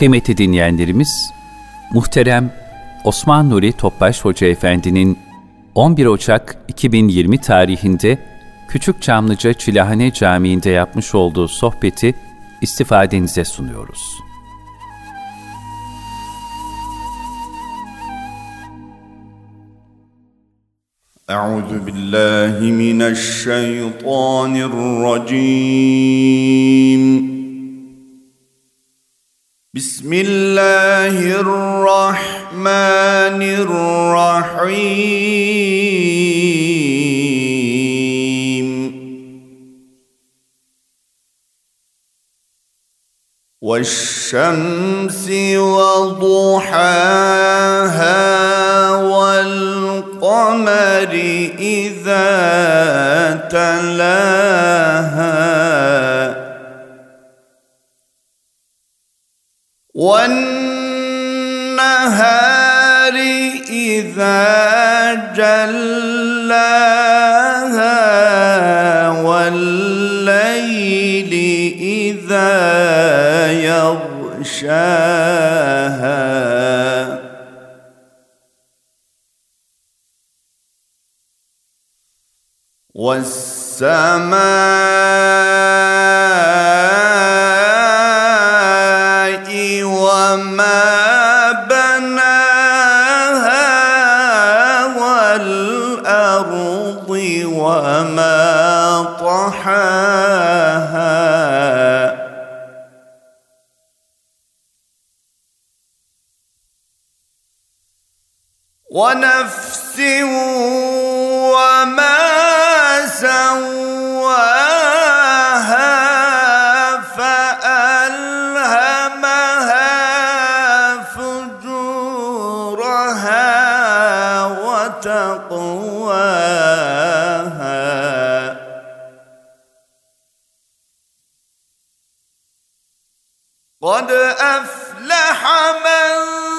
Kıymetli dinleyenlerimiz, muhterem Osman Nuri Topbaş Hoca Efendi'nin 11 Ocak 2020 tarihinde Küçükçamlıca Çilahane Camii'nde yapmış olduğu sohbeti istifadenize sunuyoruz. Euzu billahi mineşşeytanirracim. Bismillahirrahmanirrahim. Ve'ş-şemsi ve duhâhâ vel-kameri izâ telâhâ وَالنَّهَارِ إِذَا جَلَّاهَا وَاللَّيْلِ إِذَا يَغْشَاهَا وَالسَّمَاءِ وَمَا بَنَاهَا وَالْأَرْضِ وَمَا طَحَاهَا وَنَفْسٍ وَمَا سواها فألهمها فجورها وتقواها قد أفلح من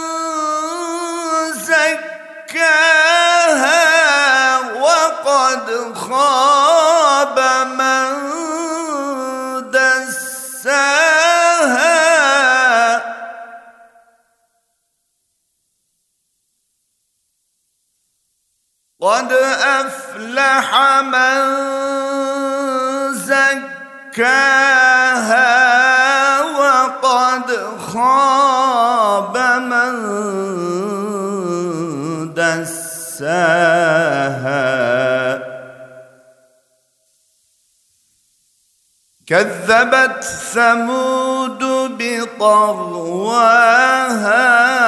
زكاها وقد خاب من دساها قد أفلح من زكاها وقد خاب من دساها كذبت ثمود بطغواها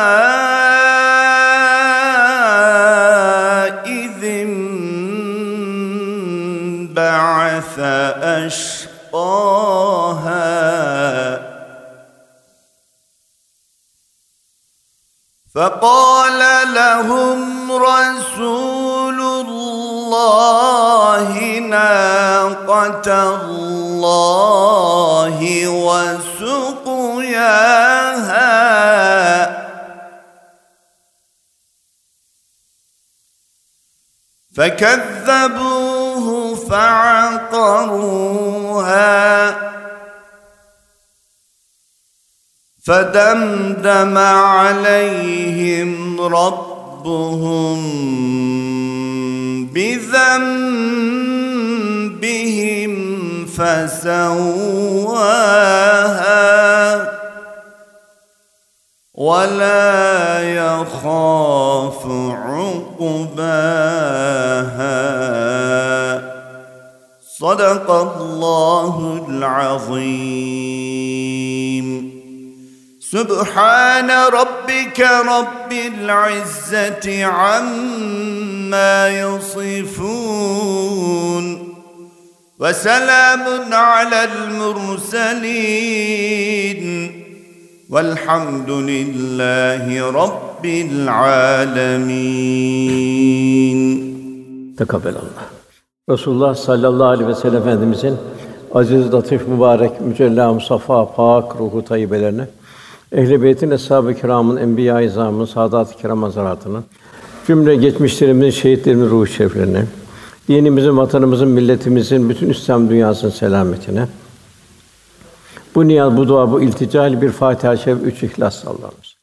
إذ انبعث أشقاها فقال لهم رسول الله ناقة الله وسقياها فكذبوه فعقروها فدمدم عليهم ربهم بذنبهم فسواها ولا يخاف عقباها صدق الله العظيم. سبحان ربك رب العزة عما يصفون وسلام على المرسلين والحمد لله رب العالمين. Tekabbelallah. Resulullah sallallahu aleyhi ve sellem Efendimizin aziz, latif, mübarek, mücella, musaffa, pak ruhu tayyibelerine, ehl-i beytin, eshab-ı kirâmın, enbiya-i izâmın, saadat-ı kirâm hazaratına, cümle geçmişlerimizin, şehitlerimizin ruh-u şeriflerine, dinimizin, vatanımızın, milletimizin, bütün İslam dünyasının selametine, Bu niyaz, bu dua, bu iltica ile bir Fatiha-i Şerif, 3 İhlas sallamız.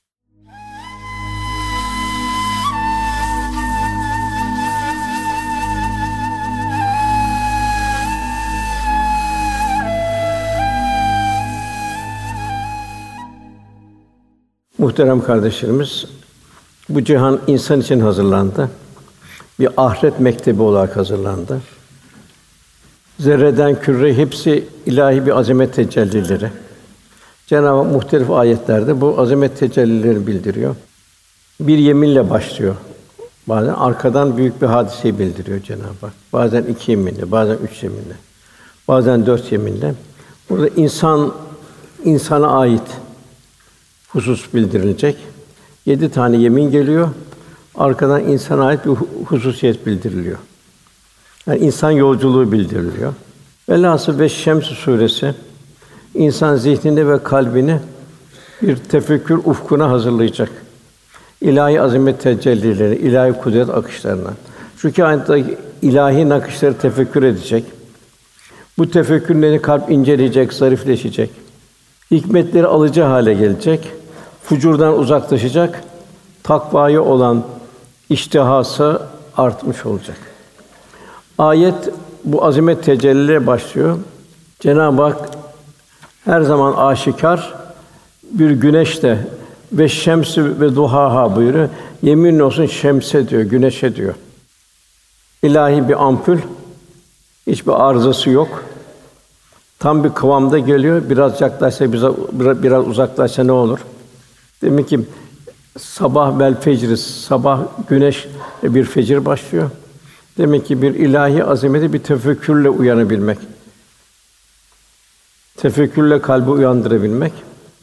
Muhterem kardeşlerimiz, bu cihan insan için hazırlandı. Bir ahiret mektebi olarak hazırlandı. Zerreden küre hepsi ilahi bir azamet tecellileri. Cenab-ı Hak muhtelif ayetlerde bu azamet tecellileri bildiriyor. Bir yeminle başlıyor. Bazen arkadan büyük bir hadiseyi bildiriyor Cenab-ı Hak. Bazen 2 yeminle, bazen 3 yeminle, bazen 4 yeminle. Burada insana ait husus bildirilecek. 7 tane yemin geliyor. Arkadan insana ait bir hususiyet bildiriliyor. Yani insan yolculuğu bildiriliyor. Velhâsıl Veş-Şems suresi insan zihnini ve kalbini bir tefekkür ufkuna hazırlayacak. İlahi azamet tecellileri, ilahi kudret akışlarına. Şu kainattaki ilahi nakışları tefekkür edecek. Bu tefekkürleri kalp inceleyecek, zarifleşecek. Hikmetleri alıcı hale gelecek. Fucurdan uzaklaşacak. Takvaya olan iştihası artmış olacak. Ayet bu azamet tecellilere başlıyor. Cenab-ı Hak her zaman aşikar bir güneşte ve şemsi ve duhaha buyuruyor. Yemin olsun şemse diyor, güneşe diyor. İlahi bir ampul, hiçbir arızası yok. Tam bir kıvamda geliyor. Biraz yaklaşsa, biraz uzaklaşsa ne olur? Demek ki sabah vel fecri, sabah güneş bir fecir başlıyor. Demek ki bir ilahi azameti bir tefekkürle uyanabilmek. Tefekkürle kalbi uyandırabilmek.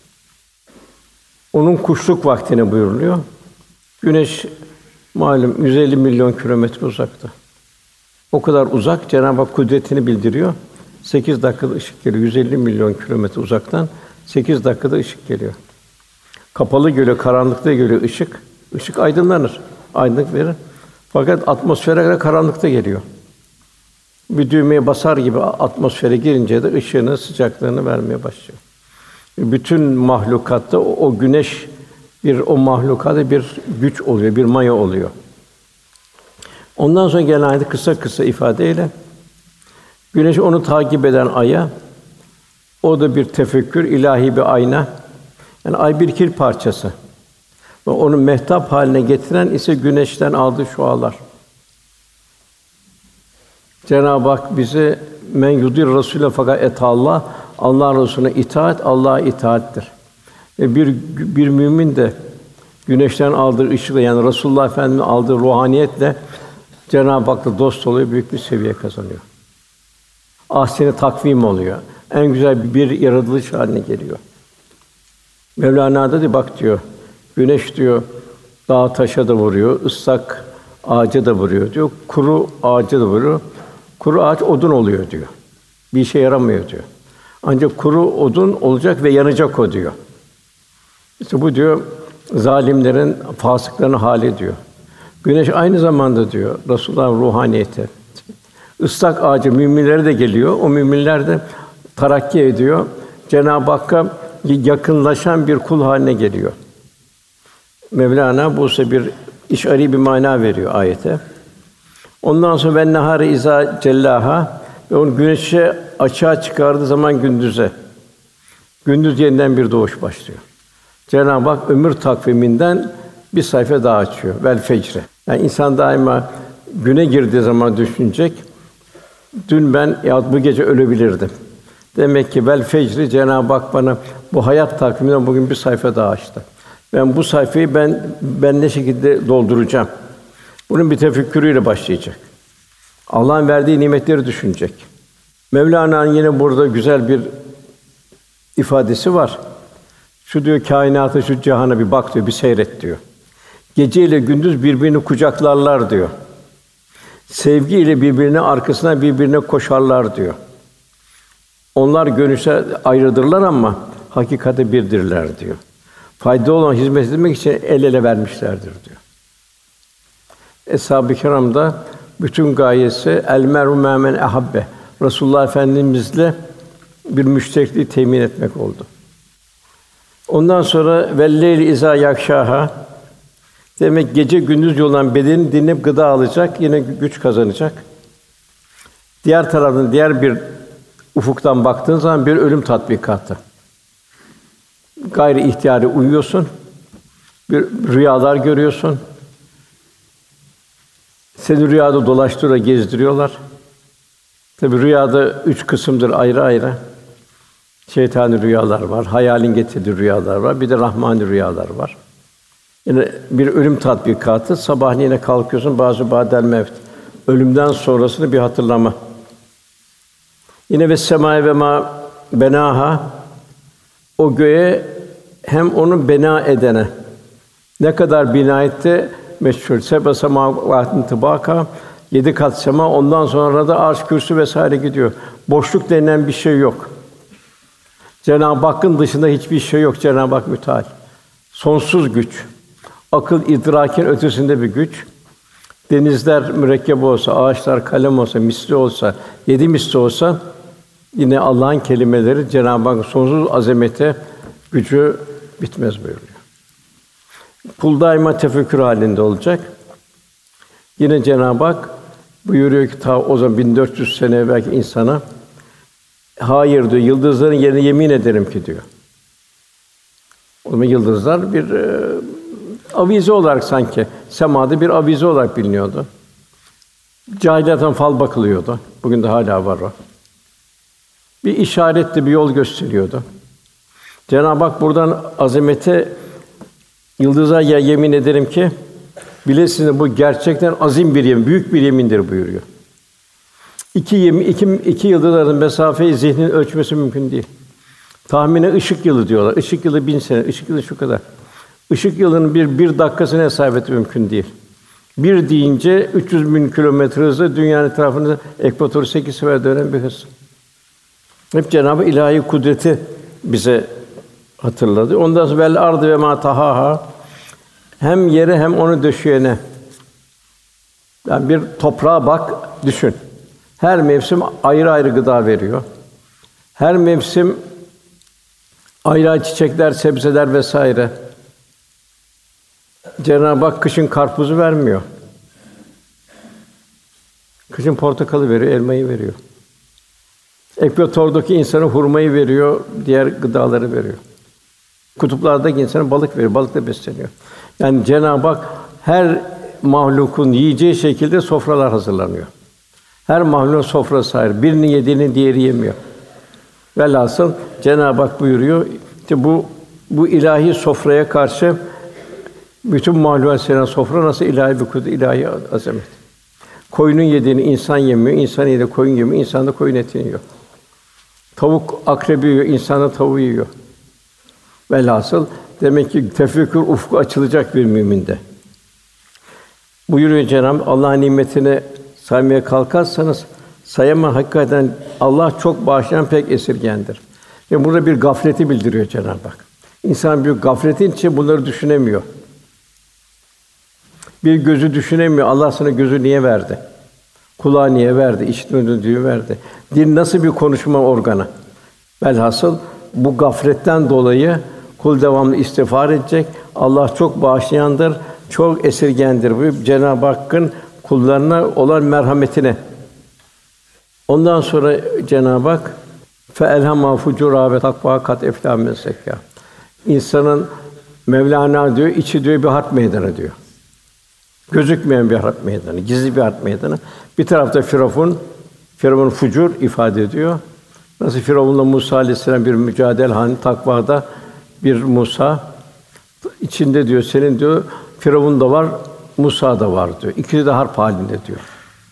Onun kuşluk vaktine buyuruluyor. Güneş malum 150 milyon kilometre uzakta. O kadar uzak, Cenab-ı Hak kudretini bildiriyor. 8 dakikada ışık geliyor. 150 milyon kilometre uzaktan 8 dakikada ışık geliyor. Kapalı geliyor, karanlıkta geliyor ışık. Işık aydınlanır, aydınlık verir. Fakat atmosfere göre karanlıkta geliyor. Bir düğmeye basar gibi atmosfere girince de ışığını, sıcaklığını vermeye başlıyor. Bütün mahlukatta o güneş o mahlukata bir güç oluyor, bir maya oluyor. Ondan sonra gelen ayet kısa ifadeyle güneş onu takip eden aya, o da bir tefekkür, ilahi bir ayna. Yani ay bir kil parçası. Ve onu mehtap haline getiren ise güneşten aldığı şualar. Cenab-ı Hak bizi men yudir Rasûle fakat etallah, Allah Resulüne itaat, Allah'a itaattir. Ve bir mümin de güneşten aldığı ışıkla, yani Resulullah Efendimiz'in aldığı ruhaniyetle Cenab-ı Hak'la dost oluyor, büyük bir seviye kazanıyor. Ahsen-i takvim oluyor. En güzel bir yaratılış haline geliyor. Mevlana da bak diyor, güneş diyor, dağa taşa da vuruyor, ıslak ağaca da vuruyor diyor, kuru ağaca da vuruyor. Kuru ağaç odun oluyor diyor. Bir işe yaramıyor diyor. Ancak kuru odun olacak ve yanacak o diyor. İşte bu diyor zalimlerin, fasıkların hali diyor. Güneş aynı zamanda diyor Resulullah'ın ruhaniyeti. Islak ağacı müminlere de geliyor. O müminler de terakki ediyor. Cenab-ı Hakk'a yakınlaşan bir kul haline geliyor. Mevlana bu ise bir işari bir mana veriyor ayete. Ondan sonra ve nehâre izâ cellaha ve onu güneşi açığa çıkardığı zaman gündüze. Gündüz yeniden bir doğuş başlıyor. Cenab-ı Hak ömür takviminden bir sayfa daha açıyor. Vel fecre. Yani insan daima güne girdiği zaman düşünecek. Dün ben ya bu gece ölebilirdim. Demek ki vel fecri Cenab-ı Hak bana bu hayat takviminden bugün bir sayfa daha açtı. Ben bu sayfayı ben ne şekilde dolduracağım? Bunun bir tefekkürüyle başlayacak. Allah'ın verdiği nimetleri düşünecek. Mevlana'nın yine burada güzel bir ifadesi var. Şu diyor kainatı, şu cihana bir bak diyor, bir seyret diyor. Gece ile gündüz birbirini kucaklarlar diyor. Sevgi ile birbirine arkasına birbirine koşarlar diyor. Onlar görünüşe ayrıdırlar ama hakikate birdirler diyor. Faydalı olan hizmet etmek için el ele vermişlerdir diyor. Eshab-ı Kiram da bütün gayesi el meru men ehabbe. Resulullah Efendimizle bir müşterekliği temin etmek oldu. Ondan sonra velleyli izâ yakşâhâ, demek gece gündüz yolundan bedenini dinleyip gıda alacak, yine güç kazanacak. Diğer taraftan, diğer bir ufuktan baktığın zaman bir ölüm tatbikatı. Gayri ihtiyari uyuyorsun, bir rüyalar görüyorsun. Seni rüyada dolaştırıyor, gezdiriyorlar. Tabii rüyada 3 kısımdır ayrı ayrı. Şeytani rüyalar var, hayalin getirdiği rüyalar var, bir de rahmani rüyalar var. Yine bir ölüm tatbikatı, sabahleyin yine kalkıyorsun, bazı ba'del mevt. Ölümden sonrasını bir hatırlama. Yine ve semâe ve mâ benâhâ, o göğe hem onu bina edene ne kadar bina etti meşhur. Seb'a semâvâtin tibâka, 7 kat sema, ondan sonra da arş, kürsü vesaire gidiyor. Boşluk denilen bir şey yok. Cenab-ı Hakk'ın dışında hiçbir şey yok. Cenab-ı Hak müteal. Sonsuz güç. Akıl idrakin ötesinde bir güç. Denizler mürekkep olsa, ağaçlar kalem olsa, misli olsa, 7 misli olsa yine Allah'ın kelimeleri Cenab-ı Hakk'ın sonsuz azameti, gücü bitmez buyuruyor. Kul daima tefekkür halinde olacak. Yine Cenab-ı Hak buyuruyor ki ta o zaman 1400 sene evvelki insana, hayır diyor, yıldızların yerine yemin ederim ki diyor. O zaman yıldızlar bir avize olarak sanki semada bir avize olarak biliniyordu. Cahiliyetten fal bakılıyordu. Bugün de hala var o. Bir işaretti, bir yol gösteriyordu. Cenab-ı Hak buradan azamete, yıldıza ya yemin ederim ki bilesiniz bu gerçekten azim bir yemin, büyük bir yemindir buyuruyor. İki yıldız arasında mesafeyi zihnin ölçmesi mümkün değil. Tahminen ışık yılı diyorlar. Işık yılı 1000 sene, ışık yılı şu kadar. Işık yılının bir dakikasını hesap etmek mümkün değil. Bir deyince 300.000 kilometre hızla dünyanın etrafında ekvatoru 8 sefer dönen bir hız. Hep Cenab-ı ilahi kudreti bize hatırladı. Ondan sonra vel ardı ve ma tahaha, hem yere hem onu döşeyene. Yani bir toprağa bak, düşün. Her mevsim ayrı ayrı gıda veriyor. Her mevsim ayrı ayrı çiçekler, sebzeler vesaire. Cenab-ı Hak kışın karpuzu vermiyor. Kışın portakalı veriyor, elmayı veriyor. Ekvatordaki insana hurmayı veriyor, diğer gıdaları veriyor. Kutuplardaki insana balık veriyor, balıkla besleniyor. Yani Cenab-ı Hak her mahlukun yiyeceği şekilde sofralar hazırlanıyor. Her mahlukun sofrası ayrı. Birinin yediğini diğeri yemiyor. Velhasıl Cenab-ı Hak buyuruyor, işte bu ilahi sofraya karşı bütün mahlukat senin sofra nasıl ilahi bir kudret, ilahi azamet. Koyunun yediğini insan yemiyor, insan yediğini koyun yemiyor, insan da koyun etini yiyor. Tavuk akrebi yiyor, insan da tavuğu yiyor. Velhasıl demek ki tefekkür ufku açılacak bir müminde. Buyuruyor Cenab-ı Hak, Allah'ın nimetini saymaya kalkarsanız sayamam, hakikaten Allah çok bağışlayan, pek esirgendir. Ve burada bir gafleti bildiriyor Cenab-ı Hak. İnsan bir gafletin için bunları düşünemiyor. Bir gözü düşünemiyor. Allah sana gözü niye verdi? Kulağı niye verdi? İşitme düdüğü verdi. Dil nasıl bir konuşma organı? Velhasıl bu gafletten dolayı kul devamlı istiğfar edecek. Allah çok bağışlayandır, çok esirgendir. Bu Cenab-ı Hakk'ın kullarına olan merhametine. Ondan sonra Cenab-ı Hak فَاَلْهَمَا فُجُورًا ve takva kat eflâ men zekkâ. İnsanın Mevlana diyor, içi diyor bir harp meydanı diyor. Gözükmeyen bir harp meydanı, gizli bir harp meydanı. Bir tarafta Firavun fucur ifade ediyor. Nasıl Firavun'la Musa aleyhisselam bir mücadele hani takvada bir Musa içinde diyor senin diyor Firavun da var, Musa da var diyor. İkisi de harp halinde diyor.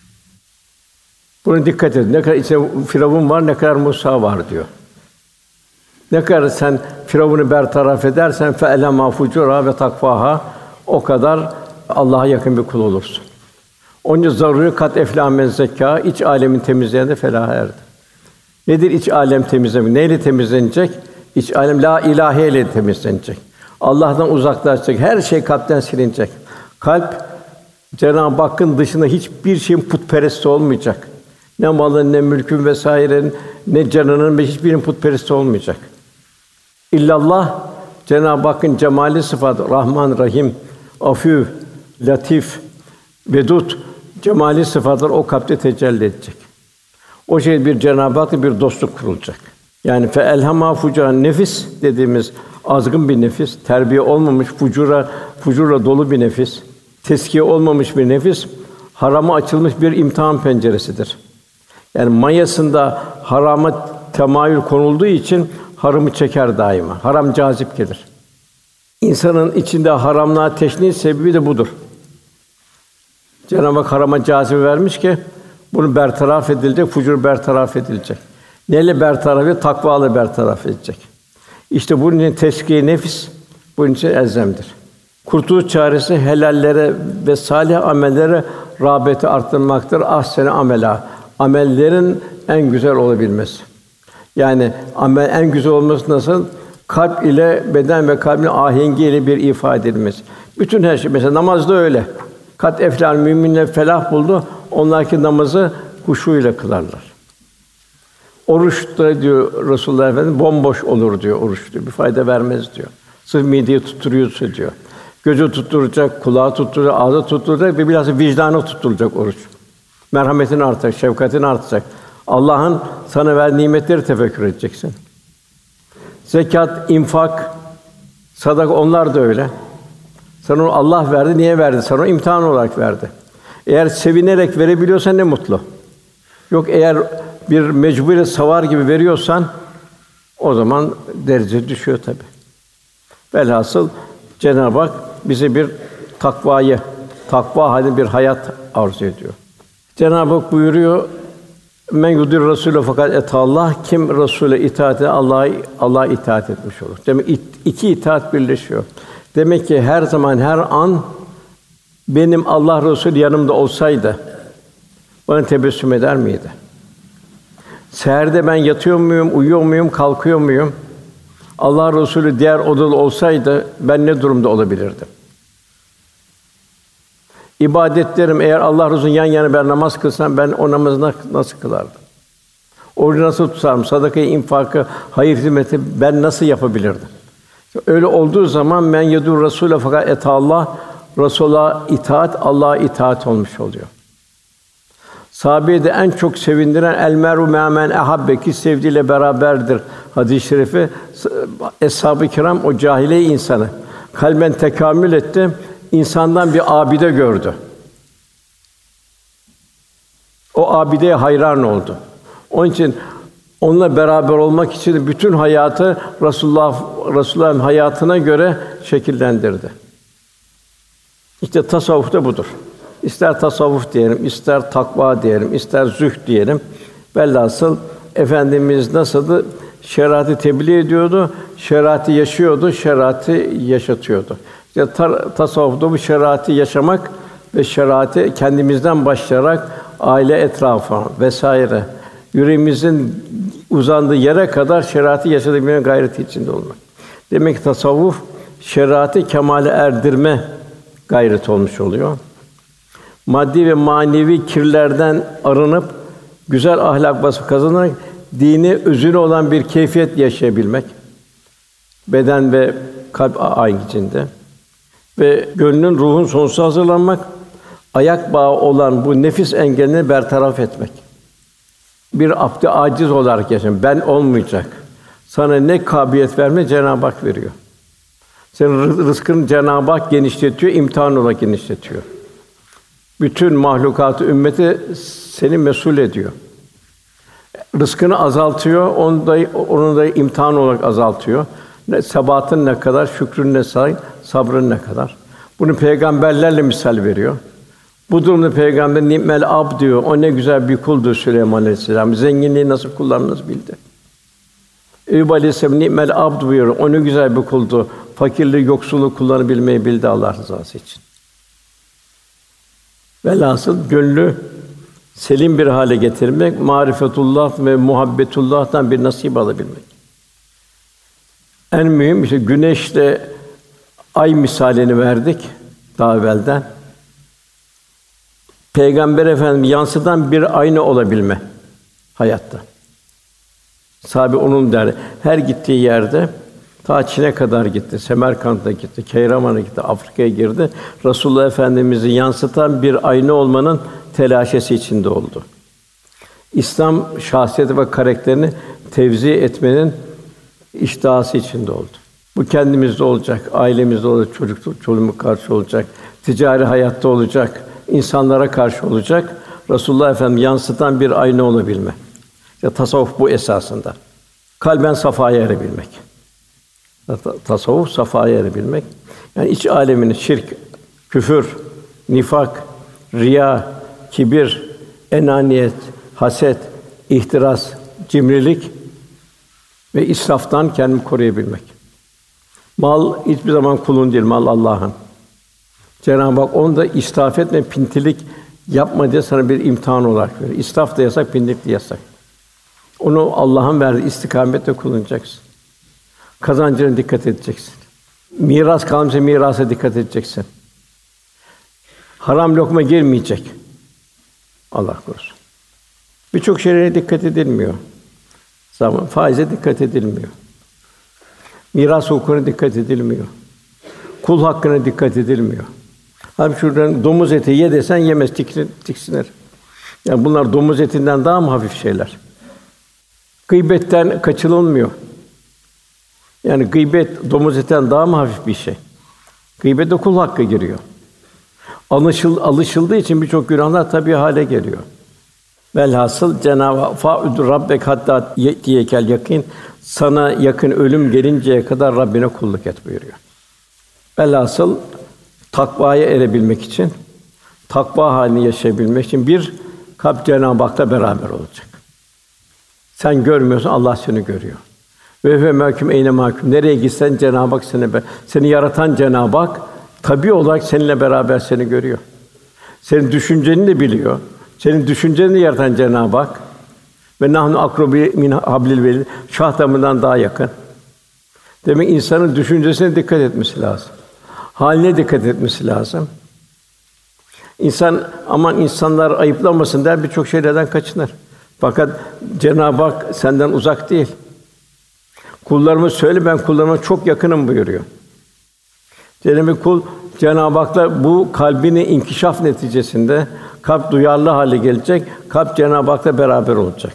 Buna dikkat edin. Ne kadar içinde Firavun var, ne kadar Musa var diyor. Ne kadar sen Firavun'u bertaraf edersen fe'elema fucura ve takvaha, o kadar Allah'a yakın bir kul olursun. Onun için zaruri kat eflâ men zekkâ, iç âlemin temizleyen de felaha erdi. Nedir iç âlem temizlemek? Neyle temizlenecek? İç âlem la ilahe ile temizlenecek. Allah'tan uzaklaşacak. Her şey kalpten silinecek. Kalp Cenab-ı Hakk'ın dışında hiçbir şeyin putperest olmayacak. Ne malın, ne mülkün vesairenin, ne canının ve hiçbirinin putperest olmayacak. İllallah, Cenab-ı Hakk'ın cemali sıfatı, Rahman, Rahim, Afû, Latif, Vedûd cemali sıfatları o kalpte tecelli edecek. O şey bir Cenab-ı Hak'la bir dostluk kurulacak. Yani fe elhama fucan nefis dediğimiz azgın bir nefis, terbiye olmamış, fucurla dolu bir nefis, teskiye olmamış bir nefis, harama açılmış bir imtihan penceresidir. Yani mayasında harama temayül konulduğu için haramı çeker daima. Haram cazip gelir. İnsanın içinde haramlığa teşnih sebebi de budur. Cenab-ı Hak harama cazibe vermiş ki bunu bertaraf edilecek, fucur bertaraf edilecek. Neyle bertaraf edilecek? Takvayla bertaraf edilecek. İşte bunun için teskiye nefis bunun için elzemdir. Kurtuluş çaresi helallere ve salih amellere rağbeti arttırmaktır. Ahsene amela. Amellerin en güzel olabilmesi. Yani amel en güzel olması nasıl? Kalp ile beden ve kalbin ahengiyle bir ifade edilmesi. Bütün her şey mesela namazda öyle. Kat eflal müminler felah buldu. Onlar ki namazı huşuyla kılarlar. Oruçta diyor Resulullah Efendimiz bomboş olur diyor oruç diyor. Bir fayda vermez diyor. Sırf mideyi tutturuyorsa diyor. Gözü tutturacak, kulağı tutturacak, ağzı tutturacak ve bilhassa vicdanı tutturacak oruç. Merhametin artacak, şefkatin artacak. Allah'ın sana verdiği nimetleri tefekkür edeceksin. Zekat, infak, sadaka onlar da öyle. Sana onu Allah verdi, niye verdi? Sana onu imtihan olarak verdi. Eğer sevinerek verebiliyorsan ne mutlu. Yok eğer bir mecburiyet savar gibi veriyorsan o zaman derece düşüyor tabii. Velhasıl Cenab-ı Hak bize bir takva halinde bir hayat arzu ediyor. Cenab-ı Hak buyuruyor: "Men yudir Rasûle fakat etallah." Kim Rasûle itaat eder, Allah'a itaat etmiş olur. Demek iki itaat birleşiyor. Demek ki her zaman, her an benim Allah Resulü yanımda olsaydı bana tebessüm eder miydi? Seherde ben yatıyor muyum, uyuyor muyum, kalkıyor muyum? Allah Resulü diğer odada olsaydı ben ne durumda olabilirdim? İbadetlerim eğer Allah Resulü yan yana ben namaz kılsam ben o namazı nasıl kılardım? Orucu nasıl tutarım? Sadakayı, infakı, hayır hizmeti ben nasıl yapabilirdim? Öyle olduğu zaman men yedur Rasûle fakat etallah, Resûl'a itaat, Allah'a itaat olmuş oluyor. Sahabeyi de en çok sevindiren el meru me'men ehabbe ki sevdiğiyle beraberdir hadis-i şerifi. Eshab-ı kiram o cahiliye insanı kalben tekamül etti. İnsandan bir abide gördü. O abideye hayran oldu. Onun için onunla beraber olmak için bütün hayatı Resulullah'ın hayatına göre şekillendirdi. İşte tasavvuf da budur. İster tasavvuf diyelim, ister takva diyelim, ister zühd diyelim. Velhasıl Efendimiz nasıldı? Şeriatı tebliğ ediyordu, şeriatı yaşıyordu, şeriatı yaşatıyordu. İşte tasavvufta bu şeriatı yaşamak ve şeriatı kendimizden başlayarak aile etrafı vesaire yüreğimizin uzandığı yere kadar şeriatı yaşatabilmenin gayreti içinde olmak. Demek ki tasavvuf şeriatı kemale erdirme gayreti olmuş oluyor. Maddi ve manevi kirlerden arınıp güzel ahlak vasfı kazanarak dini özüne olan bir keyfiyet yaşayabilmek. Beden ve kalp aynı içinde. Ve gönlün, ruhun sonsuza hazırlanmak, ayak bağı olan bu nefis engelini bertaraf etmek. Bir abd-i aciz olarak yaşamak, ben olmayacak. Sana ne kabiliyet verme Cenab-ı Hak veriyor. Senin rızkını Cenab-ı Hak genişletiyor, imtihan olarak genişletiyor. Bütün mahlukatı, ümmeti seni mesul ediyor. Rızkını azaltıyor, onu da imtihan olarak azaltıyor. Sebatın ne kadar, şükrün ne kadar, sabrın ne kadar. Bunu peygamberlerle misal veriyor. Bu durumda peygamber ni'mel abd diyor. O ne güzel bir kuldur Süleyman Aleyhisselam. Zenginliği nasıl kullanılır bildi. Eyüp Aleyhisselam ni'mel abd buyuruyor. O ne güzel bir kuldu. Fakirliği, yoksulluğu kullanabilmeyi bildi Allah rızası için. Velhasıl gönlü selim bir hale getirmek, marifetullah ve muhabbetullah'tan bir nasip alabilmek. En mühim işte güneşle ay misalini verdik daha evvelden. Peygamber Efendimiz yansıtan bir ayna olabilme hayatta. Sahabe onun der. Her gittiği yerde ta Çin'e kadar gitti, Semerkant'a gitti, Keyraman'a gitti, Afrika'ya girdi. Resulullah Efendimiz'i yansıtan bir ayna olmanın telaşesi içinde oldu. İslam şahsiyeti ve karakterini tevzi etmenin iştihası içinde oldu. Bu kendimizde olacak, ailemizde olacak, çoluğuma karşı olacak, ticari hayatta olacak, insanlara karşı olacak. Resulullah Efendimiz yansıtan bir ayna olabilme. Ya tasavvuf bu esasında. Kalben safaya erebilmek. Tasavvuf safaya erebilmek. Yani iç alemini şirk, küfür, nifak, riya, kibir, enaniyet, haset, ihtiras, cimrilik ve israftan kendini koruyabilmek. Mal hiçbir zaman kulun değil, mal Allah'ın. Cenab-ı Hak onu da israf etme, pintilik yapma diye sana bir imtihan olarak veriyor. İsraf da yasak, pintilik de yasak. Onu Allah'ın verdiği istikametle kullanacaksın. Kazancına dikkat edeceksin. Miras kalmışsa mirasa dikkat edeceksin. Haram lokma girmeyecek. Allah korusun. Birçok şeylere dikkat edilmiyor. Zaman faize dikkat edilmiyor. Miras hukukuna dikkat edilmiyor. Kul hakkına dikkat edilmiyor. Halbuki şuradan domuz eti ye desen yemez, tiksinir. Yani bunlar domuz etinden daha mı hafif şeyler? Gıybetten kaçınılmıyor. Yani gıybet domuz etinden daha mı hafif bir şey? Gıybete kul hakkı giriyor. Alışıldığı için birçok günahlar tabii hale geliyor. Velhasıl Cenab-ı Hak fa'ud rabbek hatta ye'tiyekel yakîn, sana yakın ölüm gelinceye kadar Rabbine kulluk et buyuruyor. Velhasıl takvaya erebilmek için, takva halini yaşayabilmek için bir kalp Cenab-ı Hak'la beraber olacak. Sen görmüyorsun, Allah seni görüyor. Ve mahkum eyne mahkum. Nereye gitsen Cenab-ı Hak seni yaratan Cenab-ı Hak tabii olarak seninle beraber seni görüyor. Senin düşünceni de biliyor. Senin düşünceni de yaratan Cenab-ı Hak ve nahnu akrabu min hablil verid. Şah damarından daha yakın. Demek insanın düşüncesine dikkat etmesi lazım. Haline dikkat etmesi lazım. İnsan aman insanlar ayıplamasın der, birçok şeylerden kaçınır. Fakat Cenab-ı Hak senden uzak değil. Kullarıma söyle, ben kullarıma çok yakınım buyuruyor. Cenab-ı Hak'la bu kalbini inkişaf neticesinde kalp duyarlı hale gelecek, kalp Cenab-ı Hak'la beraber olacak.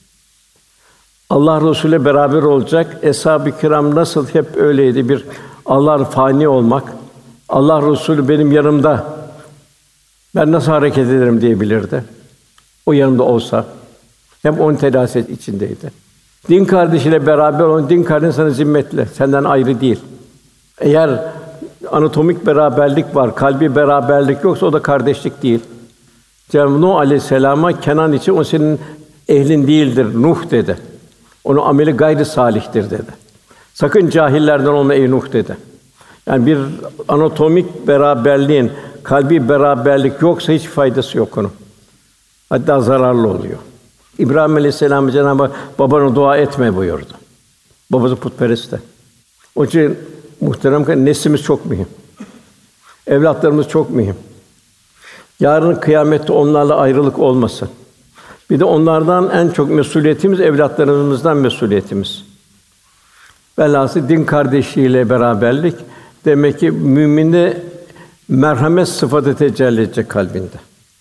Allah Resulü'yle beraber olacak. Eshab-ı kiram nasıl hep öyleydi, bir Allah fani olmak. Allah Resulü benim yanımda, ben nasıl hareket ederim diyebilirdi. O yanında olsa, hep onun telaşesi içindeydi. Din kardeşiyle beraber olan, din kardeşin sana zimmetli, senden ayrı değil. Eğer anatomik beraberlik var, kalbi beraberlik yoksa o da kardeşlik değil. Cenab-ı Nuh Aleyhisselam'a Kenan için o senin ehlin değildir Nuh dedi. Onun ameli gayri salihtir dedi. Sakın cahillerden olma ey Nuh dedi. Yani bir anatomik beraberliğin, kalbi beraberlik yoksa hiç faydası yok onun. Hatta zararlı oluyor. İbrahim Aleyhisselam Cenab-ı Hak babana dua etme buyurdu. Babası putperestti. Onun için muhterem neslimiz çok mühim. Evlatlarımız çok mühim. Yarın kıyamette onlarla ayrılık olmasın. Bir de onlardan en çok mesuliyetimiz evlatlarımızdan mesuliyetimiz. Velhâsıl din kardeşliğiyle beraberlik demek ki müminde merhamet sıfatı tecelli edecek kalbinde.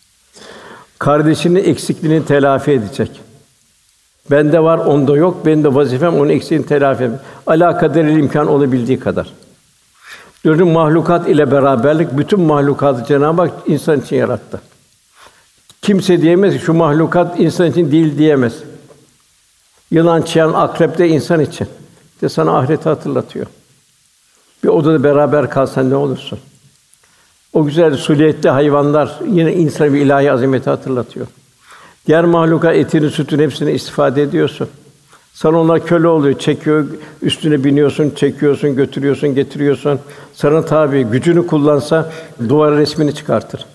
Kardeşinin eksikliğini telafi edecek. Bende var, onda yok. Benim de vazifem onun eksiğini telafi etmek. Alâ kaderil imkân olabildiği kadar. Diyorum mahlukat ile beraberlik, bütün mahlukatı Cenab-ı Hak insan için yarattı. Kimse diyemez ki şu mahlukat insan için değil diyemez. Yılan, çıyan, akrep de insan için. İşte sana ahireti hatırlatıyor. Bir odada beraber kalsan ne olursun? O güzel suliyetli hayvanlar yine insana bir ilahi azameti hatırlatıyor. Diğer mahlukat etini, sütünü hepsini istifade ediyorsun. Sana onlar köle oluyor, çekiyor, üstüne biniyorsun, çekiyorsun, götürüyorsun, getiriyorsun. Sana tabi gücünü kullansa duvara resmini çıkartır.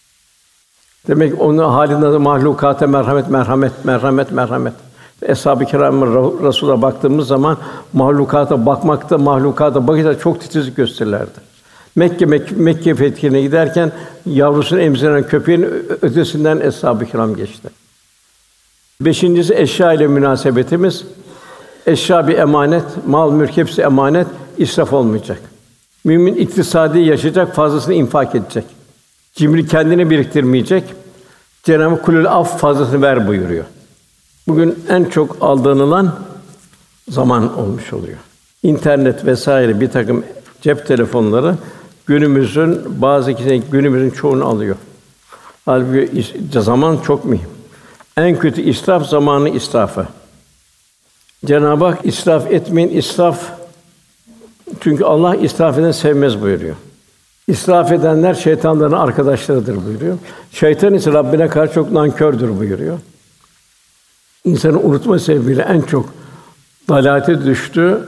Demek onun halinde mahlukata merhamet. Eshab-ı Kiram'ın Resûl'a baktığımız zaman mahlukata bakmakta, mahlukata bakışta çok titizlik gösterirlerdi. Mekke fethine giderken yavrusunu emziren köpeğin ötesinden Eshab-ı Kiram geçti. Beşincisi eşya ile münasebetimiz. Eşya bir emanet, mal mülk hepsi emanet, israf olmayacak. Mümin iktisadi yaşayacak, fazlasını infak edecek. Cimri kendini biriktirmeyecek. Cenab-ı Kulül af fazlasını ver buyuruyor. Bugün en çok aldanılan zaman olmuş oluyor. İnternet vesaire bir takım cep telefonları günümüzün çoğunu alıyor. Halbuki zaman çok mühim. En kötü israf zamanı israfı. Cenab-ı Hak israf etmeyin, çünkü Allah israf edeni sevmez buyuruyor. İsraf edenler şeytanların arkadaşlarıdır buyuruyor. Şeytan ise Rabbine karşı çok nankördür buyuruyor. İnsanın unutma sebebiyle en çok dalalete düştüğü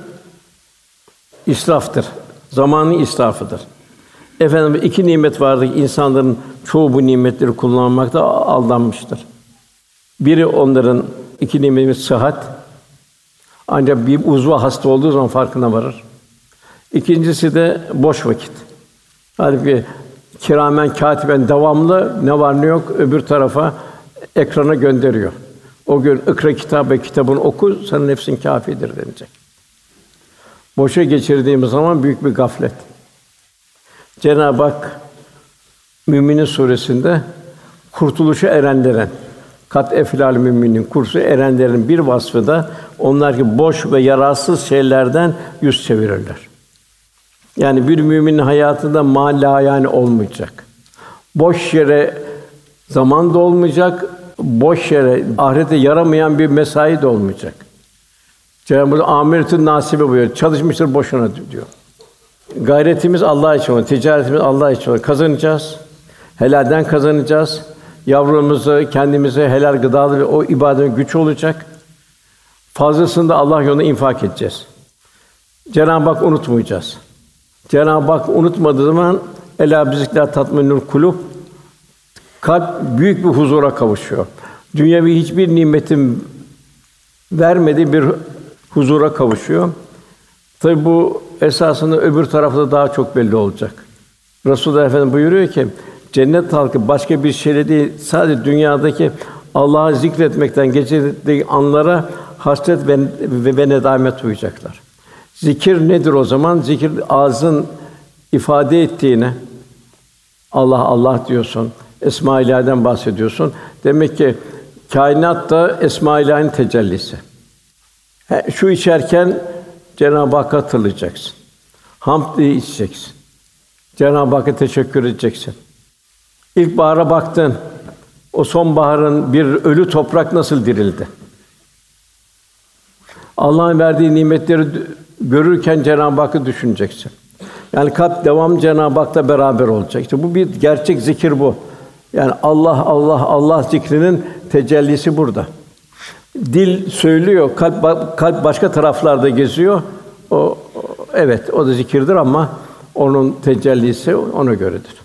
israftır. Zamanın israfıdır. Efendim iki nimet vardır ki insanların çoğu bu nimetleri kullanmakta aldanmıştır. Biri onların iki nimeti sıhhat. Ancak bir uzvu hasta olduğu zaman farkına varır. İkincisi de boş vakit. Halbuki kiramen kâtiben devamlı ne var ne yok öbür tarafa ekrana gönderiyor. O gün ikra kitabını oku, senin nefsin kâfidir denilecek. Boşa geçirdiğimiz zaman büyük bir gaflet. Cenab-ı Hak Müminin suresinde kurtuluşa erenlerin kat eflal müminin kursu erenlerin bir vasfı da onlar ki boş ve yararsız şeylerden yüz çevirirler. Yani bir müminin hayatında yani olmayacak. Boş yere zaman da olmayacak, boş yere ahirete yaramayan bir mesai de olmayacak. Cenab-ı Hak amiretün nasibe buyuruyor. Çalışmıştır boşuna diyor. Gayretimiz Allah için olur, ticaretimiz Allah için olur. Kazanacağız. Helalden kazanacağız. Yavrumuzu, kendimizi helal gıdalı ve o ibadetin güç olacak. Fazlasını da Allah yolunda infak edeceğiz. Cenab-ı Hak unutmayacağız. Cenab-ı Hak unutmadığı zaman elâ bizikler tatminül kulûb, kalp büyük bir huzura kavuşuyor. Dünyevi hiçbir nimetin vermediği bir huzura kavuşuyor. Tabi bu esasında öbür tarafta daha çok belli olacak. Resulullah Efendimiz buyuruyor ki cennet halkı başka bir şeyle değil, sadece dünyadaki Allah'ı zikretmekten geçirdiği anlara hasret ve nedamet duyacaklar. Zikir nedir o zaman? Zikir ağzın ifade ettiğine Allah Allah diyorsun. Esma-i İlahi'den bahsediyorsun. Demek ki kainat da Esma-i İlahi'nin tecellisi. Şu içerken Cenab-ı Hakk'ı hatırlayacaksın. Hamd içeceksin. Cenab-ı Hakk'a teşekkür edeceksin. İlkbahara baktın. O sonbaharın bir ölü toprak nasıl dirildi? Allah'ın verdiği nimetleri görürken Cenab-ı Hakk'ı düşüneceksin. Yani kalp devam Cenab-ı Hak'la beraber olacak. İşte bu bir gerçek zikir bu. Yani Allah zikrinin tecellisi burada. Dil söylüyor, kalp başka taraflarda geziyor. O da zikirdir ama onun tecellisi ona göredir.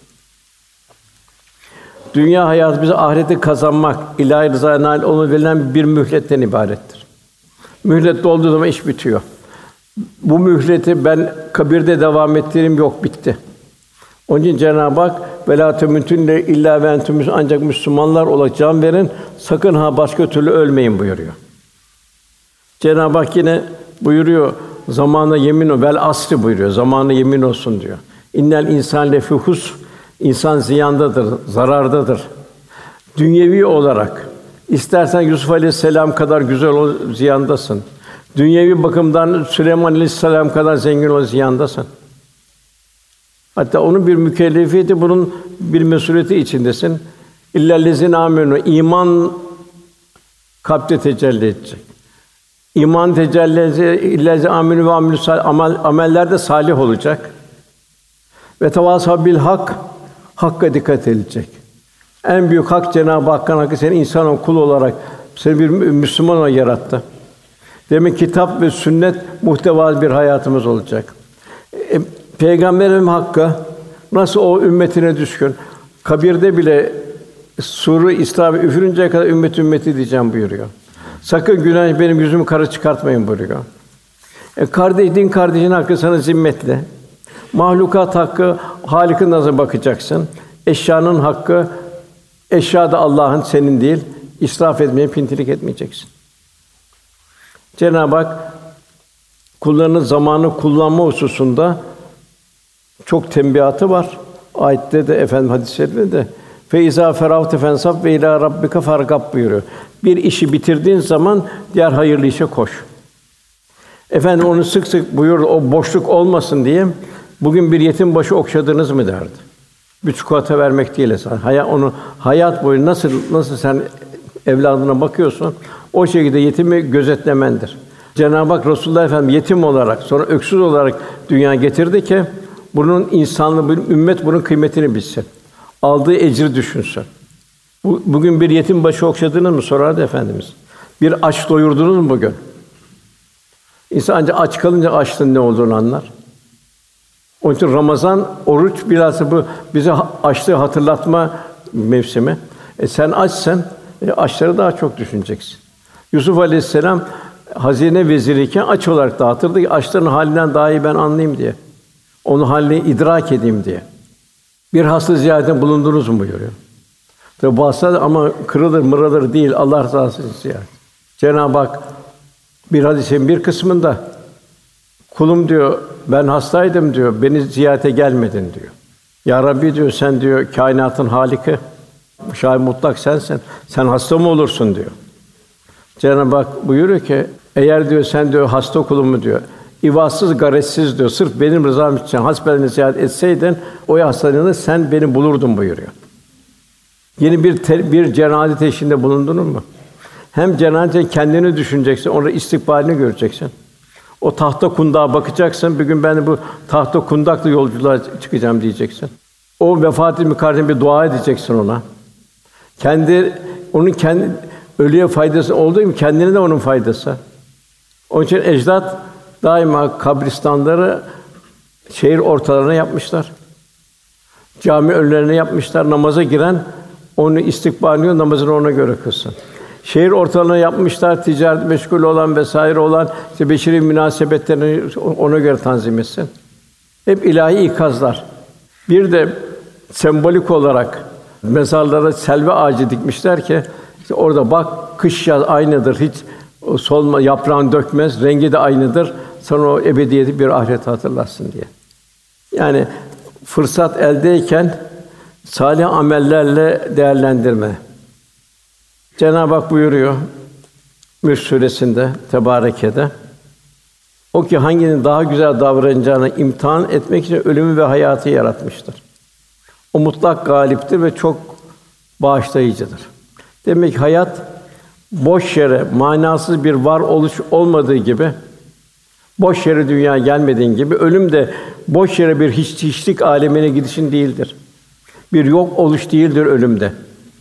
Dünya hayatı bize ahireti kazanmak, ilahi rızaya nail olma verilen bir mühletten ibarettir. Mühlet dolduğu zaman iş bitiyor. Bu mühleti ben kabirde devam ettireyim, yok bitti. Onun için Cenab-ı Hak velâ temûtunne illâ ve entüm ancak Müslümanlar olarak can verin, sakın ha başka türlü ölmeyin buyuruyor. Cenab-ı Hak yine buyuruyor, zamana yemin o vel asri buyuruyor. Zamana yemin olsun diyor. İnnel insân lefî husr. İnsan ziyandadır, zarardadır. Dünyevi olarak istersen Yusuf Aleyhisselam kadar güzel ol, ziyandasın. Dünyevi bakımdan Süleyman Aleyhisselam kadar zengin ol, ziyandasın. Hatta onun bir mükellefiyeti, bunun bir mesuliyeti içindesin. İllellezîne âmenû, iman kalpte tecelli edecek. İman tecelli edecek, illellezîne âmenû ve amilûs ameller de salih olacak. Ve tevâsav bil hak, hakka dikkat edilecek. En büyük hak Cenab-ı Hakk'ın hakkı, seni insan kul olarak, seni bir Müslüman olarak yarattı. Demek kitap ve sünnet muhtevalı bir hayatımız olacak. Peygamberim hakkı nasıl o ümmetine düşkün, kabirde bile suru İsra üfürünceye kadar ümmeti diyeceğim buyuruyor. Sakın günah benim yüzümü kara çıkartmayın buyuruyor. Din kardeşin hakkı sana zimmetli. Mahlukat hakkı, Halık'ın nazarına bakacaksın. Eşyanın hakkı, eşya da Allah'ın, senin değil. İsraf etmeye, pintilik etmeyeceksin. Cenab-ı Hak kullarının zamanı kullanma hususunda çok tembihatı var. Ayette de efendim hadis-i şerifte de feiza feragte fensab ve ila rabbike fargab buyuruyor. Bir işi bitirdiğin zaman diğer hayırlı işe koş. Efendim onu sık sık buyurur, o boşluk olmasın diye bugün bir yetim başı okşadınız mı derdi. Bir çikolata vermek değil esas. Onu hayat boyu nasıl sen evladına bakıyorsun, o şekilde yetimi gözetlemendir. Cenab-ı Hak Resulullah Efendimiz yetim olarak, sonra öksüz olarak dünyaya getirdi ki bunun insanlığı, ümmet bunun kıymetini bilsin. Aldığı ecri düşünsün. Bugün bir yetim başı okşadınız mı sorardı Efendimiz. Bir aç doyurdunuz mu bugün? İnsan ancak aç kalınca açlığın ne olduğunu anlar. Onun için Ramazan, oruç bilhassa bu bize açlığı hatırlatma mevsimi. Sen açsan, açları daha çok düşüneceksin. Yusuf Aleyhisselam hazine veziriyken aç olarak dağıtırdı ki açların halinden daha iyi ben anlayayım diye. Onun halini idrak edeyim diye. Bir hasta ziyaretinde bulundunuz mu buyuruyor. Tabi bu hasta ama kırılır mırılır değil, Allah rızası için ziyaret. Cenab-ı Hak bir hadisin bir kısmında kulum diyor, ben hastaydım diyor, beni ziyarete gelmedin diyor. Ya Rabbi diyor, sen diyor kainatın Hâlik'i, şahit mutlak sensin. Sen hasta mı olursun diyor. Cenab-ı Hak buyuruyor ki eğer diyor sen diyor hasta kulumu diyor, ivazsız garetsiz diyor, sırf benim rızam için hasbelini ziyaret etseydin o hastalığını sen beni bulurdun buyuruyor. Yeni bir cenaze teşhinde bulundunuz mu? Hem cenaze kendini düşüneceksin, orada istikbalini göreceksin. O tahta kundağa bakacaksın. Bir gün ben de bu tahta kundakla yolculuğa çıkacağım diyeceksin. O vefat-ı mükarrem bir dua edeceksin ona. Onun ölüye faydası olduğu gibi kendine de onun faydası. Onun için ecdat daima kabristanları şehir ortalarına yapmışlar. Cami önlerine yapmışlar. Namaza giren onu istikbalini namazını ona göre kılsın. Şehir ortalarına yapmışlar, ticaret meşgul olan vesaire olan işte beşeri münasebetlerini ona göre tanzim etsin. Hep ilahi ikazlar. Bir de sembolik olarak mezarlara selvi ağacı dikmişler ki işte orada bak kış yaz aynıdır. Hiç solma yaprağını dökmez. Rengi de aynıdır. Sana o ebediyeti bir ahiret hatırlatsın diye. Yani fırsat eldeyken salih amellerle değerlendirme. Cenab-ı Hak buyuruyor Mülk Sûresinde Tebâreke'de o ki hanginin daha güzel davranacağını imtihan etmek için ölümü ve hayatı yaratmıştır. O mutlak galiptir ve çok bağışlayıcıdır. Demek ki hayat boş yere manasız bir varoluş olmadığı gibi boş yere dünyaya gelmediğin gibi ölüm de boş yere bir hiçlik âlemine gidişin değildir. Bir yok oluş değildir ölümde.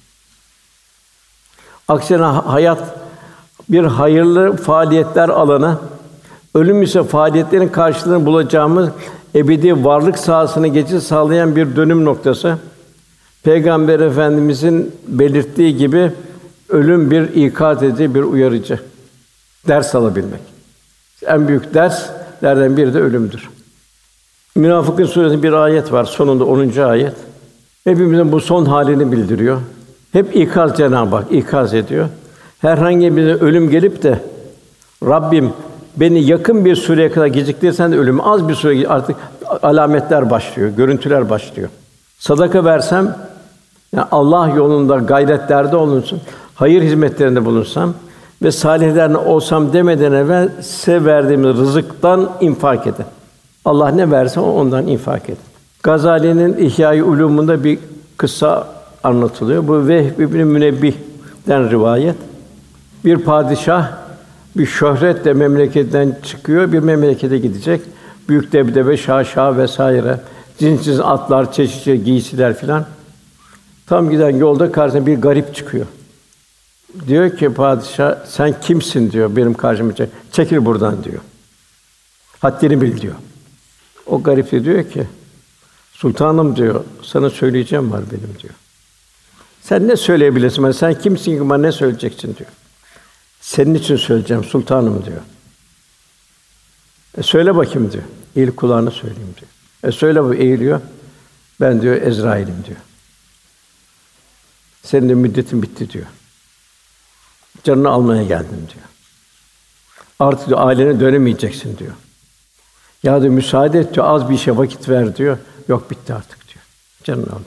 Aksine hayat bir hayırlı faaliyetler alanı, ölüm ise faaliyetlerin karşılığını bulacağımız ebedi varlık sahasına geçiş sağlayan bir dönüm noktası. Peygamber Efendimizin belirttiği gibi ölüm bir ikaz edici, bir uyarıcı. Ders alabilmek. En büyük derslerden biri de ölümdür. Münafıkın Sûresinde bir ayet var, sonunda 10. ayet. Hepimizin bu son halini bildiriyor. Hep ikaz Cenab-ı Hak ikaz ediyor. Herhangi birine ölüm gelip de Rabbim beni yakın bir süreye kadar geciktirirsen de ölüm az bir süre artık alametler başlıyor, görüntüler başlıyor. Sadaka versem yani Allah yolunda gayretlerde olunsun, hayır hizmetlerinde bulunsam ve salihlerden olsam demeden evvel size verdiğimiz rızıktan infak edin. Allah ne verse ondan infak edin. Gazali'nin İhya-i Ulûm'unda bir kıssa anlatılıyor. Bu Vehb ibn Münebbih'ten rivayet. Bir padişah bir şöhretle memleketten çıkıyor, bir memlekete gidecek. Büyük debdebe, şaşa vesaire, cinsiz atlar, çeşitli giysiler filan. Tam giden yolda karşısına bir garip çıkıyor. Diyor ki padişah, sen kimsin diyor benim karşıma çekil buradan diyor. Haddini bil diyor. O garip de diyor ki, sultanım diyor, sana söyleyeceğim var benim diyor. Sen ne söyleyebilirsin bana? Sen kimsin ki bana ne söyleyeceksin diyor. Senin için söyleyeceğim sultanım diyor. Söyle bakayım diyor. İyi kulağına söyleyeyim diyor. Söyle bu eğiliyor. Ben diyor Ezrail'im diyor. Senin de müddetin bitti diyor. Canını almaya geldim diyor. Artık diyor ailene dönemeyeceksin diyor. Ya diyor müsaade et diyor, az bir işe vakit ver diyor. Yok bitti artık diyor. Canını alıyor.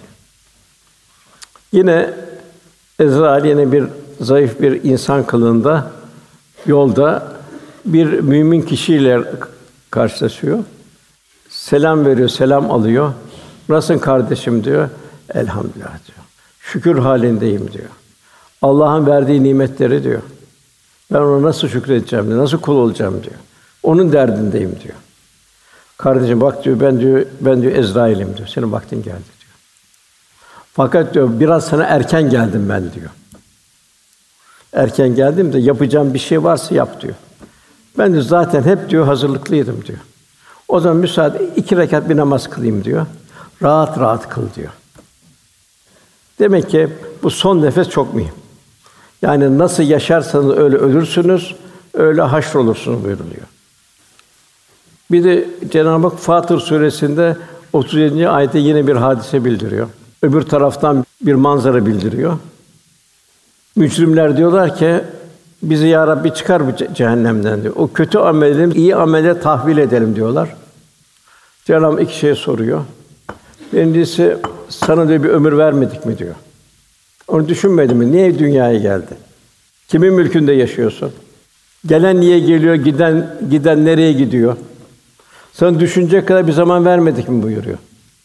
Yine Ezrail yine bir zayıf bir insan kılığında yolda bir mümin kişiyle karşılaşıyor. Selam veriyor, selam alıyor. Nasılsın kardeşim diyor. Elhamdülillah diyor. Şükür halindeyim diyor. Allah'ın verdiği nimetleri diyor. Ben ona nasıl şükredeceğim diyor. Nasıl kul olacağım diyor. Onun derdindeyim diyor. Kardeşim bak diyor ben diyor Ezrail'im diyor. Senin vaktin geldi diyor. Fakat diyor biraz sana erken geldim ben diyor. Erken geldim de yapacağım bir şey varsa yap diyor. Ben de zaten hep diyor hazırlıklıydım diyor. O zaman müsaade 2 rekat bir namaz kılayım diyor. Rahat rahat kıl diyor. Demek ki bu son nefes çok mühim. Yani nasıl yaşarsanız öyle ölürsünüz, öyle haşrolursunuz buyuruluyor. Bir de Cenab-ı Hak Fatır suresinde 37. ayette yine bir hadise bildiriyor. Öbür taraftan bir manzara bildiriyor. Mücrimler diyorlar ki bizi ya Rabbi çıkar bu cehennemden diyor. O kötü amelleri iyi amele tahvil edelim diyorlar. Cenab-ı Hak 2 şey soruyor. Birincisi sana diyor bir ömür vermedik mi diyor. Onu düşünmedin mi? Niye dünyaya geldin? Kimin mülkünde yaşıyorsun? Gelen niye geliyor? Giden nereye gidiyor? Sana düşünecek kadar bir zaman vermedik mi buyuruyor.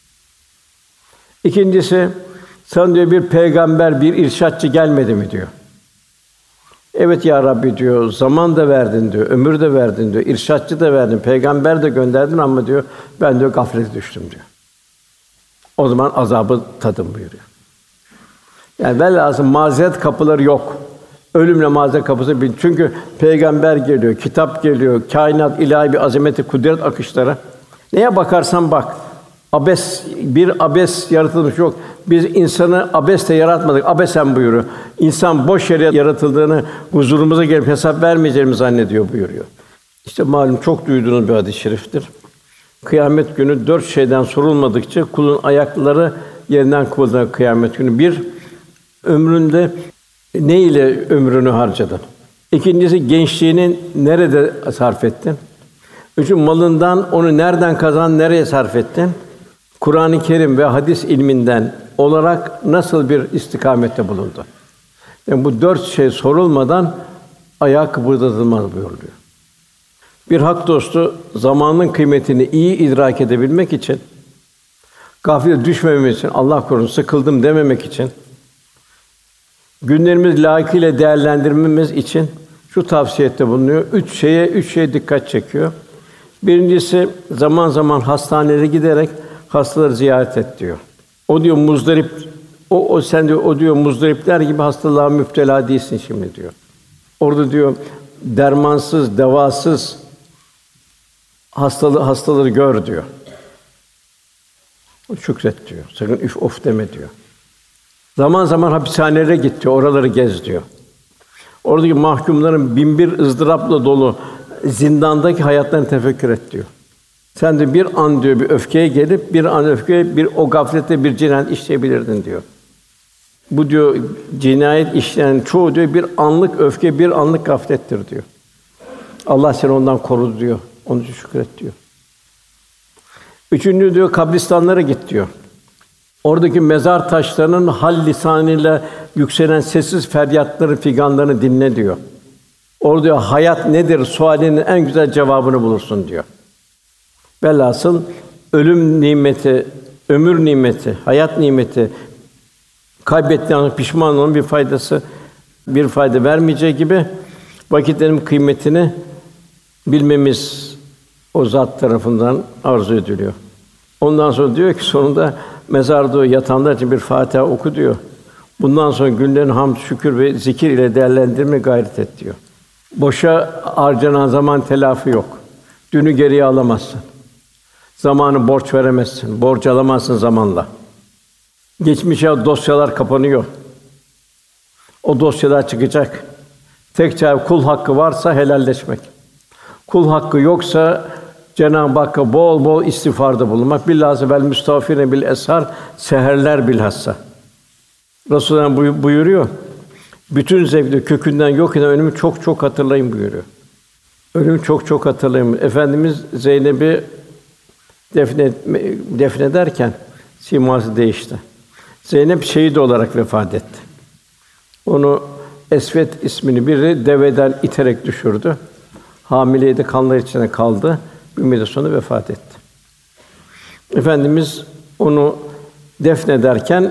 İkincisi sana diyor bir peygamber, bir irşatçı gelmedi mi diyor. Evet ya Rabbi diyor. Zaman da verdin diyor. Ömür de verdin diyor. İrşatçı da verdin. Peygamber de gönderdin ama diyor ben diyor gaflete düştüm diyor. O zaman azabı tadım buyuruyor. Yani velhâsıl mazeret kapıları yok. Ölümle mazeret kapısı bir. Çünkü peygamber geliyor, kitap geliyor, kainat ilahi bir azameti, kudret akışları. Neye bakarsan bak. Abes yaratılmış yok. Biz insanı abesle yaratmadık. Abesen buyuruyor. İnsan boş yere yaratıldığını, huzurumuza gelip hesap vermeyeceğimizi zannediyor buyuruyor. İşte malum çok duyduğunuz bir hadis-i şeriftir. Kıyamet günü 4 şeyden sorulmadıkça kulun ayakları yerinden kıpırdar kıyamet günü. Bir, ömründe ne ile ömrünü harcadın? İkincisi, gençliğini nerede sarf ettin? Üçüncü, malından onu nereden kazandın, nereye sarf ettin? Kur'an-ı Kerim ve hadis ilminden olarak nasıl bir istikamette bulundu? Yani bu 4 şey sorulmadan ayağı kıpırdatılmaz buyuruluyor. Bir hak dostu zamanın kıymetini iyi idrak edebilmek için, gaflete düşmemek için, Allah korusun sıkıldım dememek için, günlerimizi layıkıyla değerlendirmemiz için şu tavsiyede bulunuyor. 3 şeye dikkat çekiyor. Birincisi zaman zaman hastanelere giderek hastaları ziyaret et diyor. O diyor muzdarip, sen diyor o diyor muzdaripler gibi hastalığa müptela değilsin şimdi diyor. Orada diyor dermansız, devasız hastaları gör diyor. Şükret diyor. Sakın üf of deme diyor. Zaman zaman hapishanelere git diyor. Oraları gez diyor. Oradaki mahkumların binbir ızdırapla dolu zindandaki hayatlarını tefekkür et diyor. Sen de bir an diyor bir öfkeye gelip bir an öfkeye o gaflette bir cinayet işleyebilirdin diyor. Bu diyor cinayet işleyen çoğu diyor bir anlık öfke, bir anlık gaflettir diyor. Allah seni ondan korudu diyor. Onun için şükret diyor. Üçüncü diyor kabristanlara git diyor. Oradaki mezar taşlarının hal lisanıyla yükselen sessiz feryatları, figanlarını dinle diyor. Orada diyor hayat nedir sualinin en güzel cevabını bulursun diyor. Velhasıl ölüm nimeti, ömür nimeti, hayat nimeti kaybettiğin pişman olmanın bir fayda vermeyeceği gibi vakitlerin kıymetini bilmemiz o zat tarafından arzu ediliyor. Ondan sonra diyor ki sonunda mezarda yatanlar için bir Fatiha oku diyor. Bundan sonra günlerini hamd, şükür ve zikir ile değerlendirmeye gayret et diyor. Boşa harcanan zaman telafi yok. Dünü geriye alamazsın. Zamanı borç veremezsin. Borç alamazsın zamanla. Geçmişe dosyalar kapanıyor. O dosyalar çıkacak. Tek çare kul hakkı varsa helalleşmek. Kul hakkı yoksa Cenab-ı Hakk'a bol bol istiğfarda bulunmak. Billâhi vel müstağfirine bil eshar, seherler bilhassa. Resulullah buyuruyor. Bütün zevkleri kökünden yok eden ölümü çok çok hatırlayın buyuruyor. Ölümü çok çok hatırlayın. Efendimiz Zeynep'i defnederken siması değişti. Zeynep şehit olarak vefat etti. Onu Esvet ismini biri deveden iterek düşürdü. Hamileydi, kanlar içinde kaldı. Bir müddet sonra vefat etti. Efendimiz onu defnederken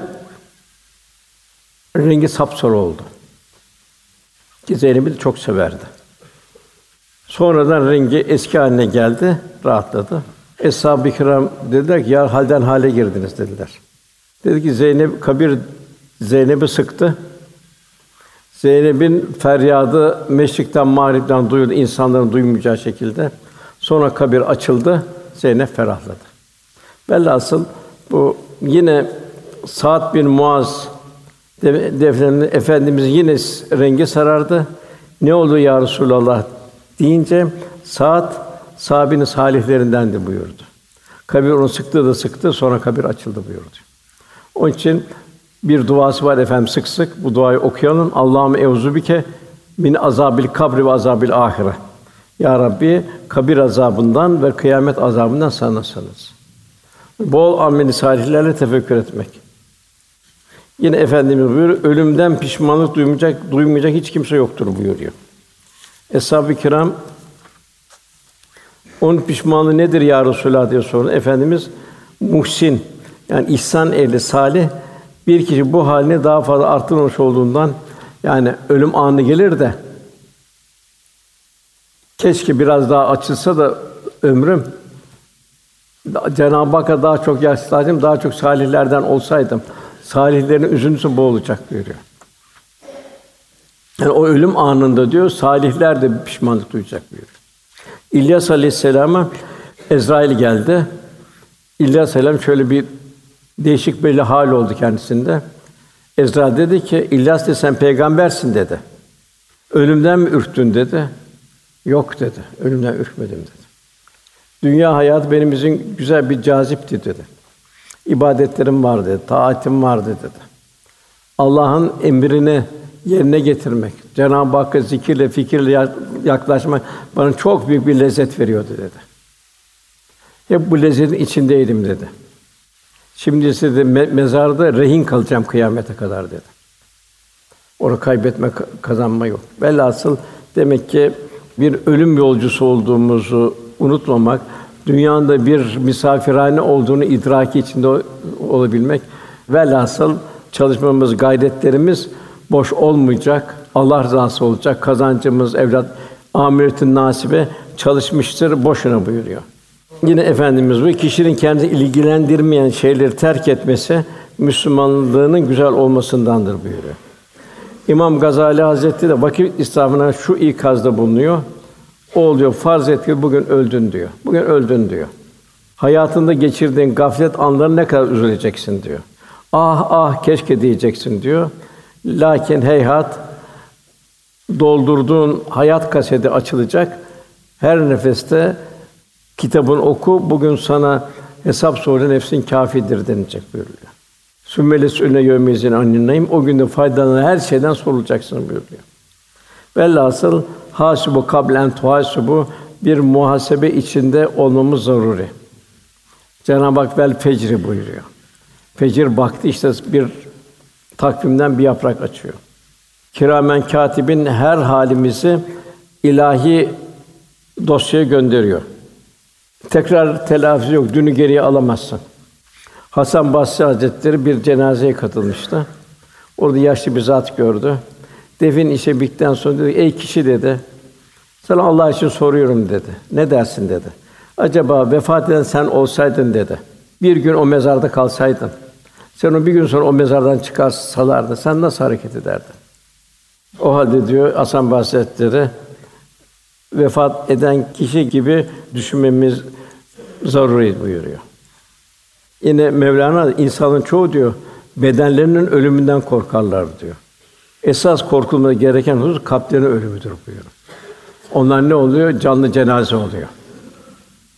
rengi sapsarı oldu. Ki Zeynep'i de çok severdi. Sonradan rengi eski haline geldi, rahatladı. Eshab-ı kiram dediler ki, ya halden hale girdiniz dediler. Dedi ki kabir Zeynep'i sıktı. Zeynep'in feryadı meşrikten mağripten duyuldu, insanların duymayacağı şekilde. Sonra kabir açıldı, Zeynep ferahladı. Velhasıl bu yine Sa'd bin Muaz defnediğinde Efendimizin yine rengi sarardı. Ne oldu ya Resulallah deyince Sa'd sahabenin salihlerindendi buyurdu. Kabir onu sıktı, sonra kabir açıldı buyurdu. Onun için bir duası var efendim sık sık bu duayı okuyalım. Allahümme euzubike min azabil kabri ve azabil ahire. Ya Rabbi kabir azabından ve kıyamet azabından sana sığınırız. Bol amel-i salihlerle tefekkür etmek. Yine Efendimiz buyuruyor, ölümden pişmanlık duymayacak hiç kimse yoktur buyuruyor. Eshab-ı kiram onun pişmanlığı nedir ya Resulallah diye sordu. Efendimiz muhsin yani ihsan ehli salih bir kişi bu halini daha fazla arttırmış olduğundan yani ölüm anı gelir de keşke biraz daha açılsa da ömrüm Cenab-ı Hakk'a daha çok yaklaşsaydım, daha çok salihlerden olsaydım. Salihlerin üzüntüsü boğulacak buyuruyor. Yani o ölüm anında diyor salihler de pişmanlık duyacak buyuruyor. İlyas Aleyhisselam'a Ezrail geldi. İlyas Aleyhisselam şöyle bir değişik bir hal oldu kendisinde. Ezrail dedi ki İlyas sen peygambersin dedi. Ölümden mi ürktün dedi. Yok dedi. Ölümden ürkmedim dedi. Dünya hayatı benim için güzel bir cazipti dedi. İbadetlerim var dedi, taatim vardı dedi. Allah'ın emrini yerine getirmek, Cenab-ı Hakk'a zikirle, fikirle yaklaşmak bana çok büyük bir lezzet veriyordu dedi. Hep bu lezzetin içindeydim dedi. Şimdi ise de mezarda rehin kalacağım kıyamete kadar dedi. Onu kaybetme, kazanma yok. Velhasıl demek ki bir ölüm yolcusu olduğumuzu unutmamak, dünyanın da bir misafirhane olduğunu idraki içinde olabilmek. Velhasıl çalışmamız, gayretlerimiz boş olmayacak. Allah rızası olacak. Kazancımız, evlat, âmiretün nâsibe çalışmıştır boşuna buyuruyor. Yine Efendimiz bu kişinin kendini ilgilendirmeyen şeyleri terk etmesi Müslümanlığının güzel olmasındandır buyuruyor. İmam Gazali Hazretleri de vakit israfına şu ikazda bulunuyor. Oğul diyor, farz et ki bugün öldün diyor. Bugün öldün diyor. Hayatında geçirdiğin gaflet anlarına ne kadar üzüleceksin diyor. Ah ah keşke diyeceksin diyor. Lakin heyhat doldurduğun hayat kaseti açılacak. Her nefeste kitabını oku. Bugün sana hesap soran nefsin kâfidir denilecek buyuruyor. Sümmeles üne yevmizin anneyim. O günde faydalanan her şeyden sorulacaksın buyuruyor. Velhasıl hâsibu kablen tuhâsibu bir muhasebe içinde olmamız zaruri. Cenab-ı Hak vel fecri buyuruyor. Fecir vakti işte bir takvimden bir yaprak açıyor. Kiramen kâtibin her halimizi ilahi dosyaya gönderiyor. Tekrar telafisi yok. Dünü geriye alamazsın. Hasan Basri Hazretleri bir cenazeye katılmıştı. Orada yaşlı bir zat gördü. Defin işi bittikten sonra dedi, ey kişi dedi, sana Allah için soruyorum dedi. Ne dersin dedi. Acaba vefat eden sen olsaydın dedi. Bir gün o mezarda kalsaydın. Sen o bir gün sonra o mezardan çıkarsalardı. Sen nasıl hareket ederdin? O halde diyor Hasan Basri Hazretleri vefat eden kişi gibi düşünmemiz zaruri buyuruyor. Yine Mevlana insanın çoğu diyor bedenlerinin ölümünden korkarlar diyor. Esas korkulması gereken husus kalplerin ölümüdür buyuruyor. Onlar ne oluyor? Canlı cenaze oluyor.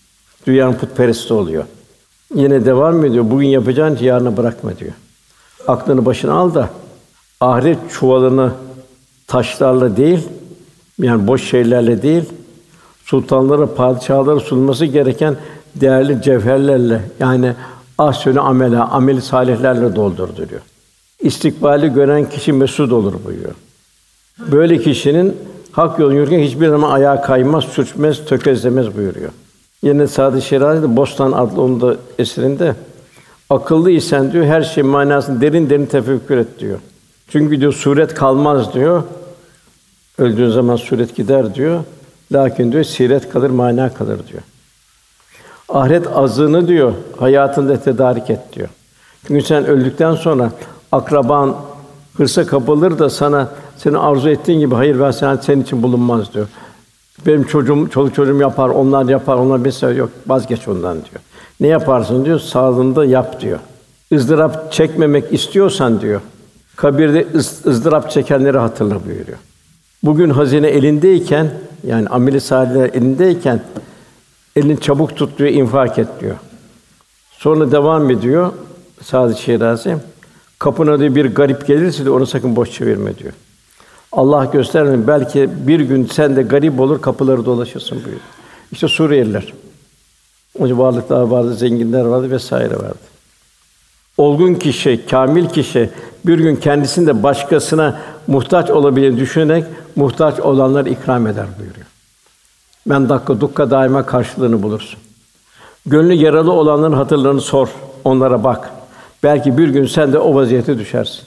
Dünyanın putperesti oluyor. Yine devam ediyor. Bugün yapacağın yarına bırakma diyor. Aklını başına al da ahiret çuvalını taşlarla değil, yani boş şeylerle değil, sultanlara, padişahlara sunması gereken değerli cevherlerle, yani ahsânü amela, amel-i salihlerle doldurdu diyor. İstikbali gören kişi mesut olur buyuruyor. Böyle kişinin hak yolunu yürürken hiçbir zaman ayağa kaymaz, sürçmez, tökezlemez buyuruyor. Yine Sâd-ı Şirazi'de Bostan adlı onun da eserinde akıllı isen diyor her şey manasını derin derin tefekkür et diyor. Çünkü diyor suret kalmaz diyor. Öldüğün zaman suret gider diyor. Lakin diyor siret kalır, mana kalır diyor. Ahiret azığını diyor hayatında tedarik et diyor. Çünkü sen öldükten sonra akraban hırsa kapılır da sana senin arzu ettiğin gibi hayır ve senin için bulunmaz diyor. Benim çocuğum, çoluk çocuğum yapar, onlar yapar, onlar mesela yok, vazgeç ondan diyor. Ne yaparsın diyor, sağlığında yap diyor. ızdırap çekmemek istiyorsan diyor, kabirde ızdırap çekenleri hatırla buyuruyor. Bugün hazine elindeyken, yani amel-i salihler elindeyken, elini çabuk tut diyor, infak et diyor. Sonra devam ediyor Sâd-ı Şirazi, kapına diyor bir garip gelirse de onu sakın boş çevirme diyor. Allah göstermesin, belki bir gün sen de garip olur, kapıları dolaşırsın buyuruyor. İşte Suriyeliler. O varlıklar vardı, zenginler vardı vesaire vardı. Olgun kişi, kâmil kişi bir gün kendisini de başkasına muhtaç olabileceğini düşünerek muhtaç olanlara ikram eder buyuruyor. Men dakika dukka daima karşılığını bulursun. Gönlü yaralı olanların hatırlarını sor, onlara bak. Belki bir gün sen de o vaziyete düşersin.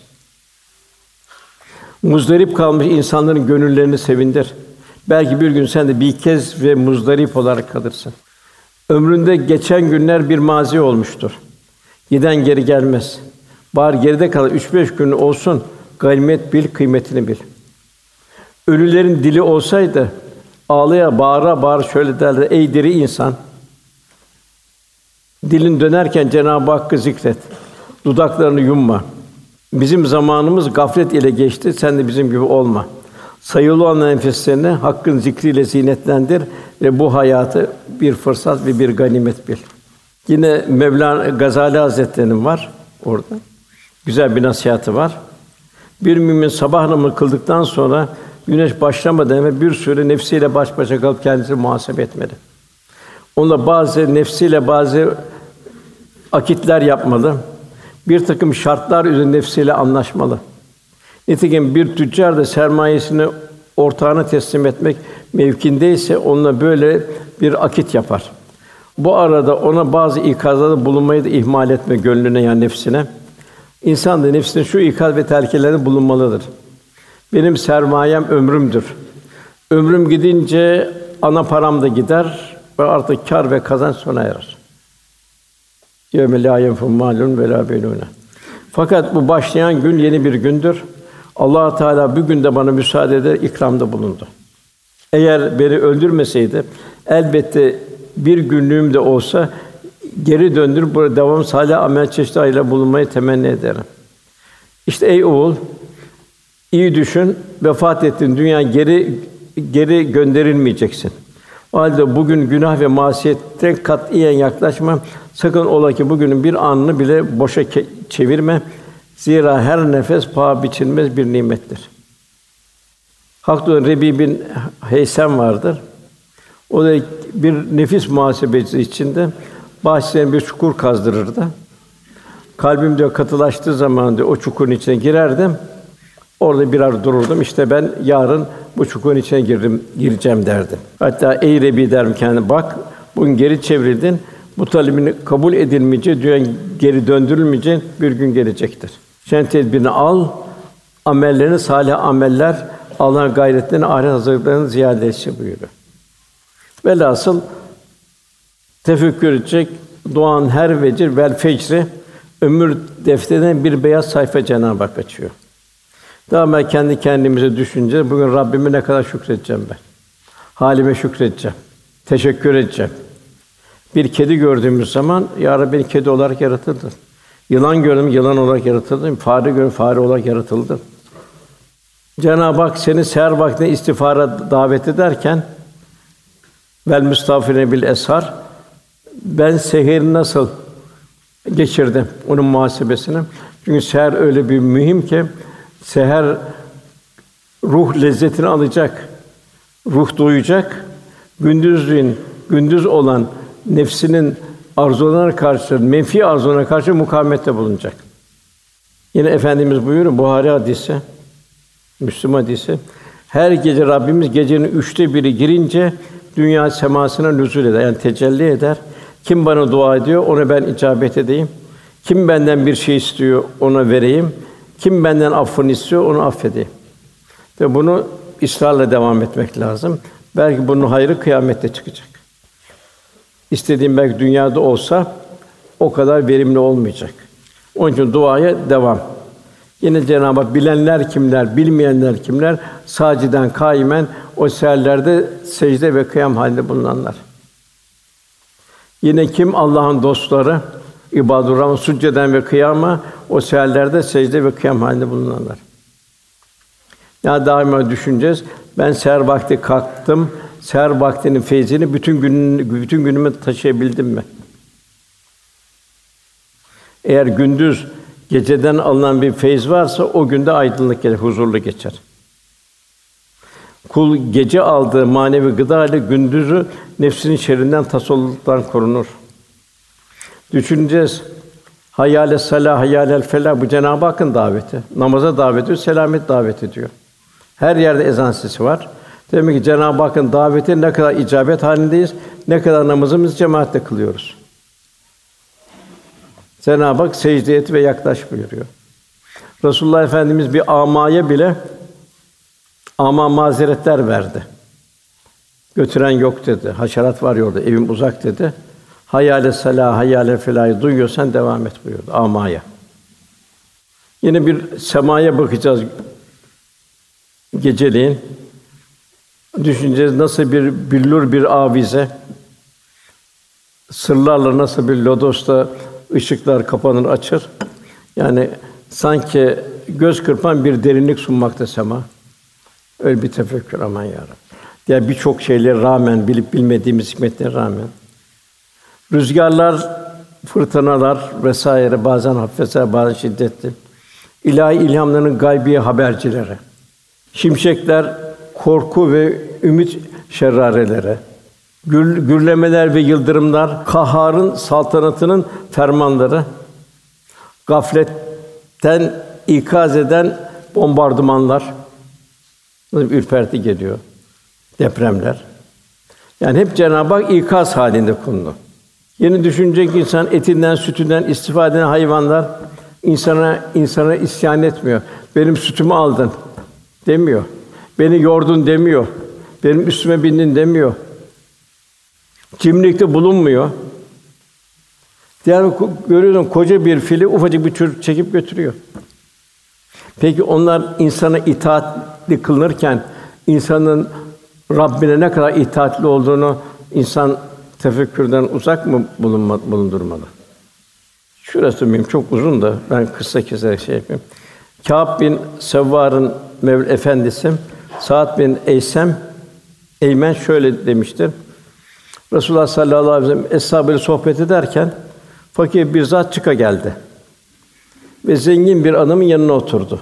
Muzdarip kalmış insanların gönüllerini sevindir. Belki bir gün sen de bir kez ve muzdarip olarak kalırsın. Ömründe geçen günler bir mazi olmuştur. Giden geri gelmez. Bari geride kalan 3-5 gün olsun, ganimet bil, kıymetini bil. Ölülerin dili olsaydı, ağlaya bağıra bağıra şöyle derler: ey diri insan! Dilin dönerken Cenab-ı Hakk'ı zikret. Dudaklarını yumma. Bizim zamanımız gaflet ile geçti, sen de bizim gibi olma. Sayılı olan nefeslerini Hakk'ın zikriyle zinetlendir ve bu hayatı bir fırsat ve bir ganimet bil. Yine Mevlana Gazali Hazretleri'nin var orada. Güzel bir nasihatı var. Bir mümin sabah namazı kıldıktan sonra güneş başlamadan evvel bir süre nefsiyle baş başa kalıp kendisini muhasebe etmeli. Onunla bazı nefsiyle bazı akitler yapmalı. Bir takım şartlar üzerinde nefsiyle anlaşmalı. Nitekim bir tüccar da sermayesini ortağına teslim etmek mevkindeyse onunla böyle bir akit yapar. Bu arada ona bazı ikazlarda bulunmayı da ihmal etme gönlüne, yani nefsine. İnsan da nefsine şu ikaz ve telkinlerde bulunmalıdır. Benim sermayem ömrümdür. Ömrüm gidince ana param da gider ve artık kâr ve kazanç sona erer. Yevme lâ yenfe'u mâlun ve lâ benûn. Fakat bu başlayan gün yeni bir gündür. Allah Teala bu günde bana müsaade eder, ikramda bulundu. Eğer beni öldürmeseydi elbette bir günlüğüm de olsa geri döndürüp burada devam salih amel çeşitleriyle bulunmayı temenni ederim. İşte ey oğul, iyi düşün, vefat ettin, dünya geri gönderilmeyeceksin. O halde bugün günah ve masiyetten katiyen yaklaşma. Sakın ola ki bugünün bir anını bile boşa çevirme. Zira her nefes paha biçilmez bir nimettir. Haklı Rebi bin Heysem vardır. O da bir nefis muhasebesi içinde bahçeden bir çukur kazdırırdı. Kalbim diyor katılaştığı zaman diyor o çukurun içine girerdim. Orada birer dururdum. İşte ben yarın bu çukurun içine gireceğim derdi. Hatta ey Rebi derim kendime, bak bugün geri çevrildin. Bu talebin kabul edilmeyeceği, dünya geri döndürülmeyeceği bir gün gelecektir. Sen tedbirini al, amellerini, salih ameller, Allah'ın gayretlerini, ahiret hazırlıklarını ziyade etsin buyuruyor. Velhasıl tefekkür edecek, doğan her vecir vel fecri, ömür defterinden bir beyaz sayfa Cenab-ı Hak açıyor. Daima kendi kendimize düşünce, bugün Rabbime ne kadar şükredeceğim ben? Halime şükredeceğim, teşekkür edeceğim. Bir kedi gördüğümüz zaman, ya Rabbi beni kedi olarak yaratıldın. Yılan gördüm, yılan olarak yaratıldım. Fare gördüm, fare olarak yaratıldım. Cenab-ı Hak seni seher vaktinde istiğfara davet ederken vel müstağfirine bil eshar, ben seheri nasıl geçirdim, onun muhasebesini. Çünkü seher öyle bir mühim ki, seher ruh lezzetini alacak, ruh doyacak, gündüz olan nefsinin arzularına karşı, menfi arzularına karşı mukavemette bulunacak. Yine Efendimiz buyuruyor, Buhari hadisi, Müslim hadisi, her gece Rabbimiz gecenin 1/3 girince dünya semasına nüzul eder, yani tecelli eder. Kim bana dua ediyor, ona ben icabet edeyim. Kim benden bir şey istiyor, ona vereyim. Kim benden affını istiyor, onu affedeyim. Ve bunu ısrarla devam etmek lazım. Belki bunun hayrı kıyamette çıkacak. İstediğim belki dünyada olsa o kadar verimli olmayacak. Onun için duaya devam. Yine Cenab-ı Hak bilenler kimler, bilmeyenler kimler, sâciden kâimen o seherlerde secde ve kıyam halinde bulunanlar. Yine kim Allah'ın dostları, İbâdur Rahman succeden ve kıyama o seherlerde secde ve kıyam halinde bulunanlar. Ya daima düşüneceğiz. Ben seher vakti kalktım. Seher vaktinin feyzini bütün günüme taşıyabildim mi? Eğer gündüz geceden alınan bir feyz varsa o günde aydınlık gelir, huzurlu geçer. Kul gece aldığı manevi gıda ile gündüzü nefsinin şerrinden, tasalluttan korunur. Düşüneceğiz. Hayyâle salâh, hayyâlel felâh bu Cenab-ı Hakk'ın daveti. Namaza davet ediyor, selamet davet ediyor. Her yerde ezan sesi var. Demek ki Cenab-ı Hakk'ın daveti ne kadar icabet halindeyiz, ne kadar namazımızı cemaatle kılıyoruz. Cenab-ı Hak secde et ve yaklaş buyuruyor. Resulullah Efendimiz bir amaya bile mazeretler verdi. Götüren yok dedi. Haşerat var yolda, evim uzak dedi. Hayyâle salâh, hayyâle felâh'ı duyuyorsan devam et buyurdu amaya. Yine bir semaya bakacağız geceleyin. Düşüneceğiz nasıl bir billur bir avize, sırlarla nasıl bir lodosta ışıklar kapanır açır. Yani sanki göz kırpan bir derinlik sunmakta sema. Öyle bir tefekkür aman ya Rabbi. Yani birçok şeylere rağmen, bilip bilmediğimiz hikmetlere rağmen rüzgarlar, fırtınalar vesaire bazen hafif, bazen şiddetli. İlahi ilhamların gaybi habercileri. Şimşekler korku ve ümit şerrareleri. Gürlemeler ve yıldırımlar, kahharın saltanatının fermanları. Gafletten ikaz eden bombardımanlar. Ürperti geliyor. Depremler. Yani hep Cenab-ı Hak ikaz halinde kılınıyor. Yeni düşünecek insan etinden, sütünden istifade eden hayvanlar insana isyan etmiyor. Benim sütümü aldın demiyor. Beni yordun demiyor. Benim üstüme bindin demiyor. Cimrilikte bulunmuyor. Diğer görüyorsun koca bir fili ufacık bir çocuk çekip götürüyor. Peki onlar insana itaatli kılınırken insanın Rabbine ne kadar itaatli olduğunu insan tefekkürden uzak mı bulundurmalı? Şurası mühim, çok uzun da ben kısa keserek şey yapayım. Kâb bin Sevvâr'ın efendisi Sa'd bin Eymen şöyle demiştir. Resulullah sallallahu aleyhi ve sellem eshâbıyla sohbet ederken fakir bir zat çıka geldi ve zengin bir adamın yanına oturdu.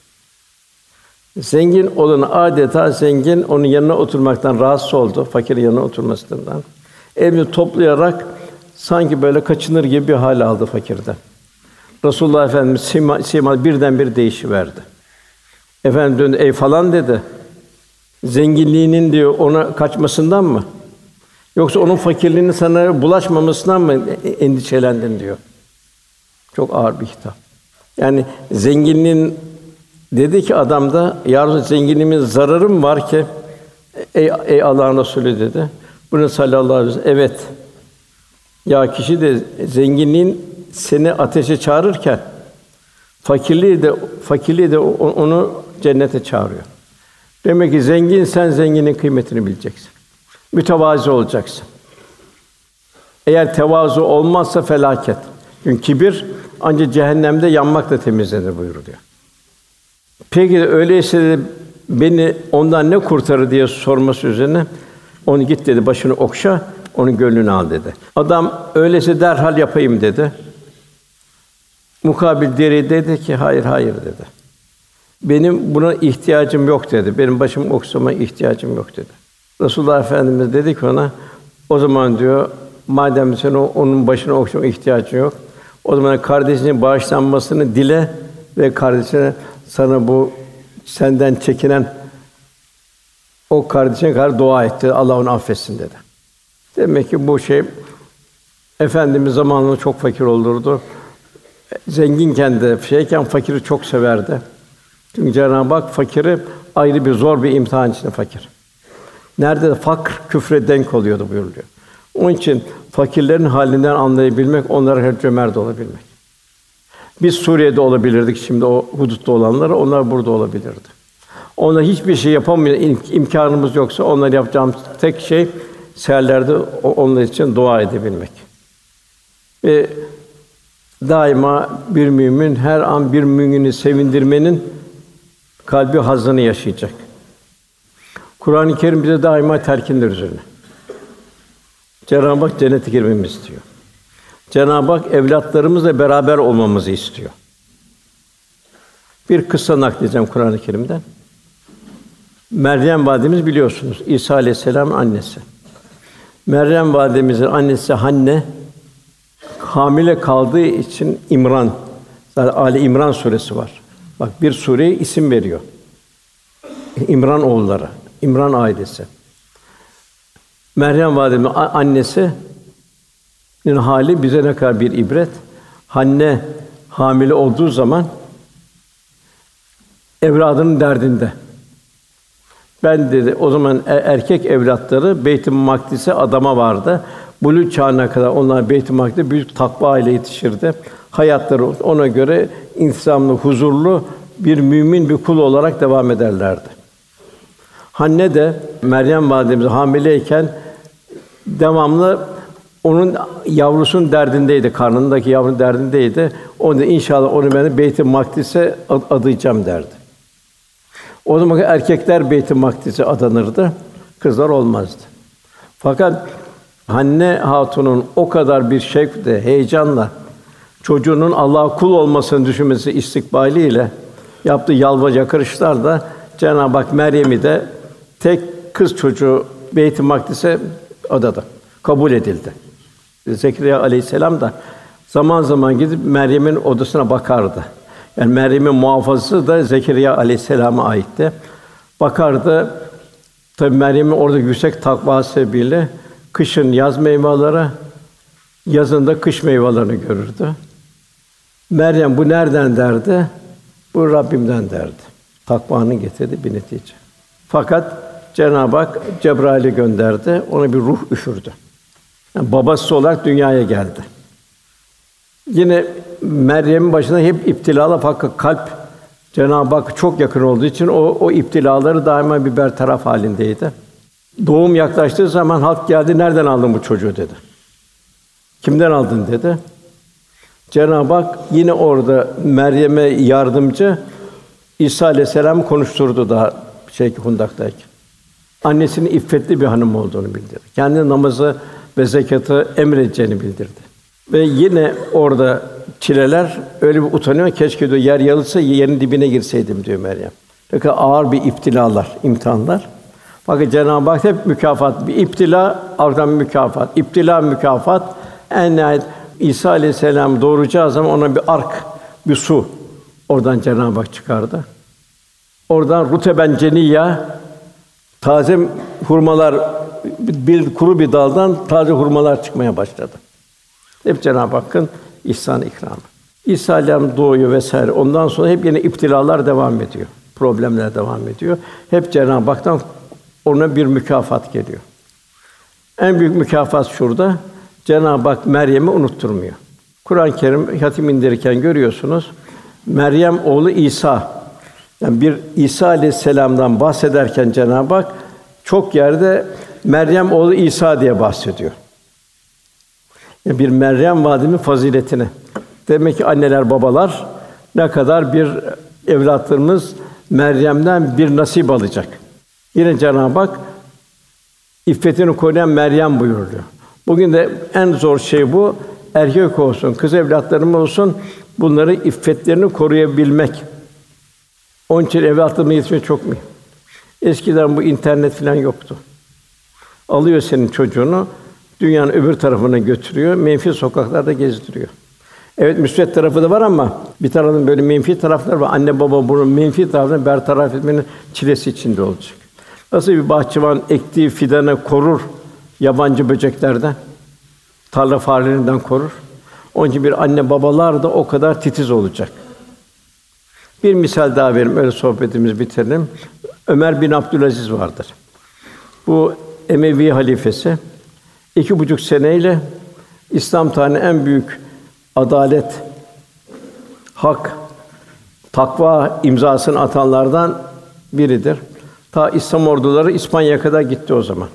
Zengin olan adeta zengin onun yanına oturmaktan rahatsız oldu, fakirin yanına oturmasından. Elini toplayarak sanki böyle kaçınır gibi bir hal aldı fakirden. Resulullah Efendimiz sima birdenbire değişiverdi. Efendim döndü, ey falan dedi. Zenginliğinin diyor ona kaçmasından mı? Yoksa onun fakirliğinin sana bulaşmamasından mı endişelendin diyor. Çok ağır bir hitap. Yani zenginliğin dedi ki adam da ya Resulallah, zenginliğimin zararı mı var ki? Ey Allah'ın Resulü dedi. Bunu sallallahu aleyhi ve sellem evet. Ya kişi de zenginliğin seni ateşe çağırırken fakirliği de onu cennete çağırıyor. Demek ki sen zenginin kıymetini bileceksin. Mütevazı olacaksın. Eğer tevazu olmazsa felaket. Çünkü kibir ancak cehennemde yanmakla temizlenir buyuruluyor. Peki öyleyse de beni ondan ne kurtarır diye sorması üzerine onu git dedi başını okşa. onun gönlünü al dedi. Adam öyleyse derhal yapayım dedi. Mukabil deri dedi ki hayır dedi. Benim buna ihtiyacım yok dedi. Benim başımı okşamaya ihtiyacım yok dedi. Resulullah Efendimiz dedi ki ona o zaman diyor madem sen onun başını okşamaya ihtiyacın yok. O zaman kardeşinin bağışlanmasını dile ve kardeşine sana bu senden çekinen o kardeşine kadar dua etti. Allah onu affetsin dedi. Demek ki bu şey Efendimiz zamanında çok fakir olurdu. Zenginken de şeyken fakiri çok severdi. Çünkü Cenab-ı Hak fakiri ayrı bir zor bir imtihan içinde fakir. Nerede fakr küfre denk oluyordu buyuruluyor. Onun için fakirlerin halinden anlayabilmek, onlara hep cömert olabilmek. Biz Suriye'de olabilirdik şimdi o hudutta olanlara, onlar burada olabilirdi. Onlar hiçbir şey yapamıyor, imkânımız yoksa onlar yapacağımız tek şey seherlerde onlar için dua edebilmek. Ve daima bir mümin her an bir mümini sevindirmenin kalbi hazzını yaşayacak. Kur'an-ı Kerim bize daima telkinler üzerine. Cenab-ı Hak cennete girmemizi istiyor. Cenab-ı Hak evlatlarımızla beraber olmamızı istiyor. Bir kıssa nakledeceğim Kur'an-ı Kerim'den. Meryem validemiz biliyorsunuz İsa aleyhisselam'ın annesi. Meryem validemizin annesi Hanne hamile kaldığı için İmran, zaten Ali İmran suresi var. Bak bir sureye isim veriyor. İmran oğulları, İmran ailesi. Meryem validemizin annesinin hali bize ne kadar bir ibret. Hanne hamile olduğu zaman evladının derdinde. Ben dedi o zaman erkek evlatları Beyt-i Makdis'e adama vardı. Bulûğ çağına kadar onlar Beyt-i Makdis'te büyük takva ile yetişirdi. Hayatları ona göre intizamlı, huzurlu bir mümin bir kul olarak devam ederlerdi. Hanne de Meryem validemiz hamileyken devamlı onun yavrusunun derdindeydi, karnındaki yavrunun derdindeydi. Onu da inşallah onu ben Beyt-i Makdis'e adayacağım derdi. O zaman erkekler Beyt-i Makdis'e adanırdı, kızlar olmazdı. Fakat Hanne hatunun o kadar bir şevkle, heyecanla çocuğunun Allah'a kul olmasını düşünmesi istikbaliyle yaptığı yalvar yakarışlarla Cenab-ı Hak Meryem'i de tek kız çocuğu Beyt-i Makdis'e adadı. Kabul edildi. Zekeriya aleyhisselam da zaman zaman gidip Meryem'in odasına bakardı. Yani Meryem'in muhafazası da Zekeriya aleyhisselama aitti. Bakardı. Tabii Meryem'in orada yüksek takva sebebiyle kışın yaz meyveleri, yazın da kış meyvelerini görürdü. Meryem bu nereden derdi? Bu Rabbimden derdi. Takvanın getirdiği bir netice. Fakat Cenab-ı Hak Cebrail'i gönderdi. Ona bir ruh üfürdü. Yani babası olarak dünyaya geldi. Yine Meryem'in başına hep iptilalar fakat kalp Cenab-ı Hak çok yakın olduğu için o iptilaları daima bir bertaraf halindeydi. Doğum yaklaştığı zaman halk geldi, "Nereden aldın bu çocuğu?" dedi. "Kimden aldın?" dedi. Cenab-ı Hak yine orada Meryem'e yardımcı İsa aleyhisselam konuşturdu daha Hundaktayken. Annesinin iffetli bir hanım olduğunu bildirdi. Kendi namazı ve zekatı emredeceğini bildirdi. Ve yine orada çileler öyle bir utanıyor, keşke diyor yer yarılsa yerin dibine girseydim diyor Meryem. Ne kadar ağır bir iptilalar, imtihanlar. Fakat Cenab-ı Hak hep mükafat, bir iptila, ardından mükafat, iptila, mükafat. En nihayet İsa aleyhisselam doğuracağı zaman ona bir ark, bir su oradan Cenab-ı Hak çıkardı. Oradan ruteben ceniyya, taze hurmalar, bir kuru bir daldan taze hurmalar çıkmaya başladı. Hep Cenab-ı Hakk'ın ihsan ikramı. İsa aleyhisselam doğuyor vesaire. Ondan sonra hep yine iptilalar devam ediyor. Problemler devam ediyor. Hep Cenab-ı Hak'tan ona bir mükafat geliyor. En büyük mükafat şurada. Cenab-ı Hak Meryem'i unutturmuyor. Kur'an-ı Kerim hatim indirirken görüyorsunuz. Meryem oğlu İsa. Yani bir İsa aleyhisselam'dan bahsederken Cenab-ı Hak çok yerde Meryem oğlu İsa diye bahsediyor. Yani bir Meryem validemizin faziletini. Demek ki anneler, babalar ne kadar bir evlatlarımız Meryem'den bir nasip alacak. Yine Cenab-ı Hak iffetini koruyan Meryem buyuruyor. Bugün de en zor şey bu. Erkek olsun, kız evlatlarım olsun, bunları iffetlerini koruyabilmek. Onun için evlatlarına yetişmek çok mühim. Eskiden bu internet filan yoktu. Alıyor senin çocuğunu, dünyanın öbür tarafına götürüyor, menfi sokaklarda gezdiriyor. Evet, müsbet tarafı da var ama bir tarafın böyle menfi tarafları var. Anne baba bunun menfi tarafını bertaraf etmenin çilesi içinde olacak. Nasıl bir bahçıvan ektiği fidanı korur yabancı böceklerden, tarla farelerinden korur. Onun için bir anne babalar da o kadar titiz olacak. Bir misal daha vereyim, öyle sohbetimizi bitirelim. Ömer bin Abdülaziz vardır. Bu Emevi halifesi 2,5 seneyle İslam tarihinin en büyük adalet, hak, takva imzasını atanlardan biridir. Ta İslam orduları İspanya'ya kadar gitti o zaman.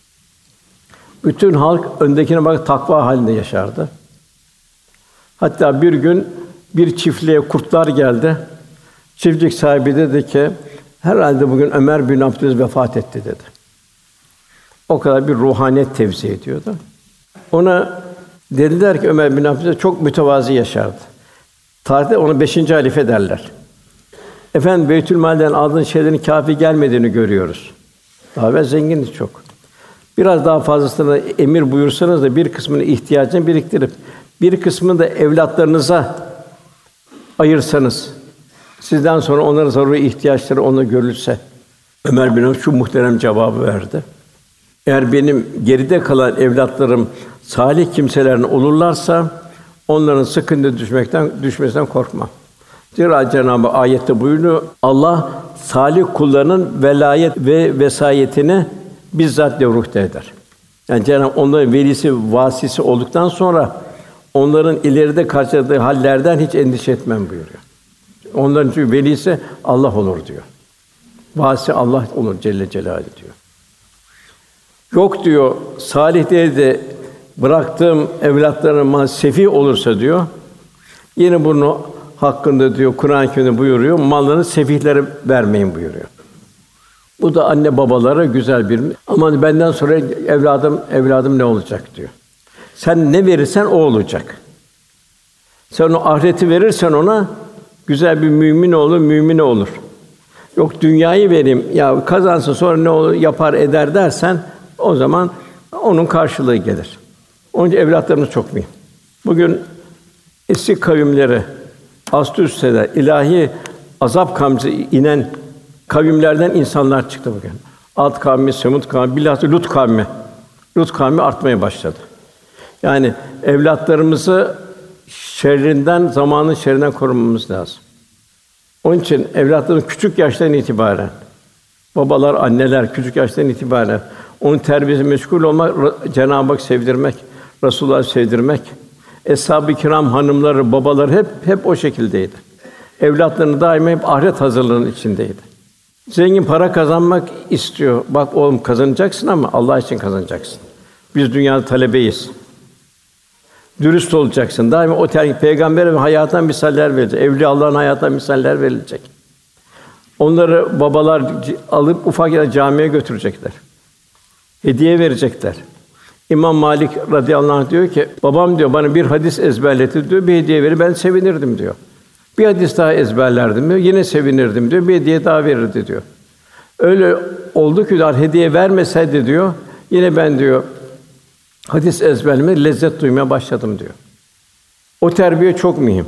Bütün halk öndekine bak takva halinde yaşardı. Hatta bir gün bir çiftliğe kurtlar geldi. Çiftlik sahibi dedi ki, herhalde bugün Ömer bin Abdülaziz vefat etti dedi. O kadar bir ruhaniyet tevzi ediyordu. Ona dediler ki Ömer bin Abdülaziz çok mütevazı yaşardı. Tarihte onu 5. halife derler. Efendim Beytülmal'den aldığın şeylerin kâfi gelmediğini görüyoruz. Daha evvel zengindi çok. Biraz daha fazlasını emir buyursanız da bir kısmını ihtiyacını biriktirip bir kısmını da evlatlarınıza ayırsanız, sizden sonra onların zaruri ihtiyaçları ona görülse. Ömer bin Abdülaziz şu muhterem cevabı verdi. Eğer benim geride kalan evlatlarım salih kimselerin olurlarsa onların sıkıntı düşmesinden korkmam. Zira Cenab-ı ayette buyuruyor, Allah salih kullarının velayet ve vesayetini bizzat levruhte eder. Yani Cenab-ı onların velisi, vasisi olduktan sonra onların ileride karşıladığı hallerden hiç endişe etmem buyuruyor. Onların çünkü velisi Allah olur diyor. Vasi Allah olur Celle Celaluhu diyor. Yok diyor, salih değil de bıraktığım evlatlarıma sefih olursa diyor, yine bunu hakkında diyor Kur'an-ı Kerim'de buyuruyor, mallarını sefihlere vermeyin buyuruyor. Bu da anne babalara güzel bir ama benden sonra evladım ne olacak diyor. Sen ne verirsen o olacak. Sen o ahireti verirsen ona güzel bir mümine olur. Yok dünyayı vereyim, ya kazansın sonra ne olur yapar eder dersen o zaman onun karşılığı gelir. Onun için evlatlarımız çok mühim. Bugün eski kavimlere astı üstede ilahi azap kamçısı inen kavimlerden insanlar çıktı bugün. Ad kavmi, Semud kavmi, bilhassa Lut kavmi. Lut kavmi artmaya başladı. Yani evlatlarımızı zamanın şerrinden korumamız lazım. Onun için evlatların küçük yaştan itibaren, babalar, anneler küçük yaştan itibaren onun terbiyesine meşgul olmak, Cenab-ı Hak sevdirmek, Resulullah'ı sevdirmek. Eshab-ı Kiram hanımları, babaları hep o şekildeydi. Evlatlarını daima hep ahiret hazırlığının içindeydi. Zengin para kazanmak istiyor. Bak oğlum kazanacaksın ama Allah için kazanacaksın. Biz dünyada talebeyiz. Dürüst olacaksın. Daima o Peygamber'in hayatından misaller verilecek. Evliya Allah'ın hayatından misaller verilecek. Onları babalar alıp ufak ya camiye götürecekler. Hediye verecekler. İmam Malik radıyallahu anh diyor ki, babam diyor bana bir hadis ezberletti diyor, bir hediye verir ben sevinirdim diyor. Bir hadis daha ezberlerdim diyor, yine sevinirdim diyor, bir hediye daha verirdi diyor. Öyle oldu ki hediye vermeseydi diyor, yine ben diyor hadis ezberlemeye lezzet duymaya başladım diyor. O terbiye çok mühim.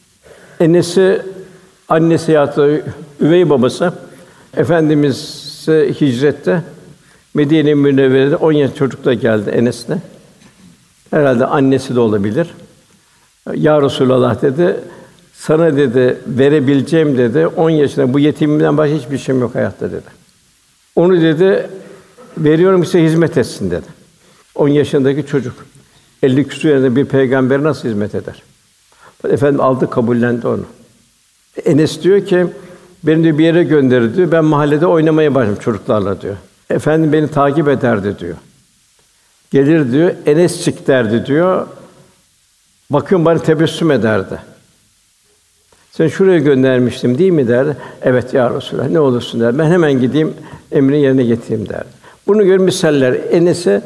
Annesi yahut üvey babası Efendimiz'e hicrette Medine-i Münevvere'de 10 yaş çocukla geldi Enes'le. Herhalde annesi de olabilir. Ya Resulallah dedi, sana dedi verebileceğim dedi 10 yaşında bu yetimimden başka hiçbir şeyim yok hayatta dedi. Onu dedi veriyorum ki size hizmet etsin dedi. 10 yaşındaki çocuk 50 küsur yaşında bir peygamber nasıl hizmet eder? Efendim aldı kabullendi onu. Enes diyor ki beni diyor bir yere gönderir diyor. Ben mahallede oynamaya başladım çocuklarla diyor. Efendim beni takip ederdi diyor. Gelir diyor, Enescik derdi diyor. Bakıyorum bana tebessüm ederdi. Sen şuraya göndermiştim değil mi derdi. Evet ya Resulallah ne olursun der. Ben hemen gideyim emrini yerine getireyim derdi. Bunu gör misaller Enes'e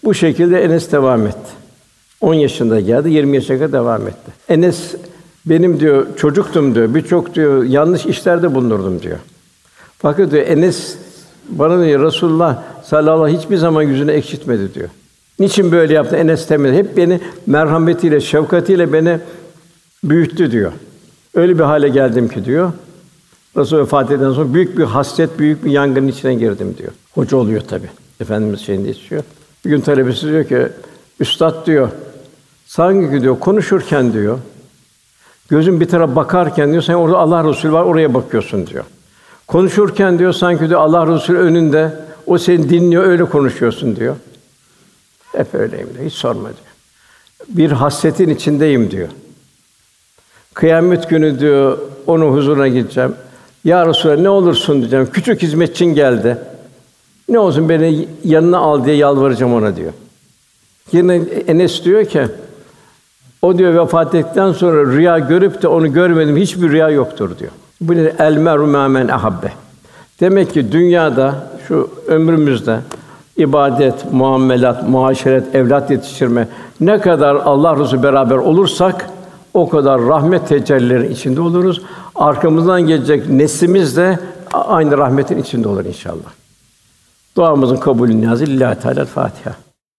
Bu şekilde Enes devam etti. 10 yaşında geldi, 20 yaşına kadar devam etti. Enes, benim diyor, çocuktum diyor, birçok diyor, yanlış işlerde bulunurdum diyor. Fakat diyor, Enes, bana diyor, Resulullah sallallahu aleyhi ve sellem hiçbir zaman yüzünü ekşitmedi diyor. Niçin böyle yaptı? Enes demedi. Hep beni merhametiyle, şefkatiyle beni büyüttü diyor. Öyle bir hale geldim ki diyor. Resul vefat ettikten sonra büyük bir hasret, büyük bir yangının içine girdim diyor. Hoca oluyor tabii. Efendimiz şeyinde istiyor. Bir gün talebesi diyor ki, üstad diyor, sanki diyor konuşurken diyor, gözün bir tarafa bakarken diyor, sen orada Allah Resulü var, oraya bakıyorsun diyor. Konuşurken diyor, sanki diyor Allah Resulü önünde, o seni dinliyor, öyle konuşuyorsun diyor. Hep öyleyim diyor, hiç sorma diyor. Bir hasretin içindeyim diyor. Kıyamet günü diyor, onun huzuruna gideceğim. Ya Resulallah ne olursun diyeceğim. Küçük hizmetçin geldi. Ne olsun beni yanına al diye yalvaracağım ona diyor. Yine Enes diyor ki, o diyor vefat ettikten sonra rüya görüp de onu görmedim, hiçbir rüya yoktur diyor. Bu ne? El meru mâ men ahabbe. Demek ki dünyada, şu ömrümüzde ibadet, muamelat, muaşeret, evlat yetiştirme, ne kadar Allah Resulü beraber olursak o kadar rahmet tecellilerinin içinde oluruz. Arkamızdan gelecek neslimiz de aynı rahmetin içinde olur inşallah. Duamızın kabulü niyazı lillahi teâlâ Fatiha.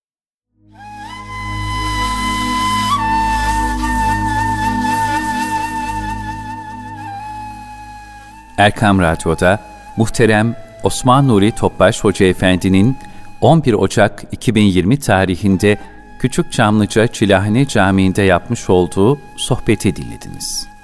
Erkam Radyo'da muhterem Osman Nuri Topbaş Hoca Efendi'nin 11 Ocak 2020 tarihinde Küçükçamlıca Çilahane Camii'nde yapmış olduğu sohbeti dinlediniz.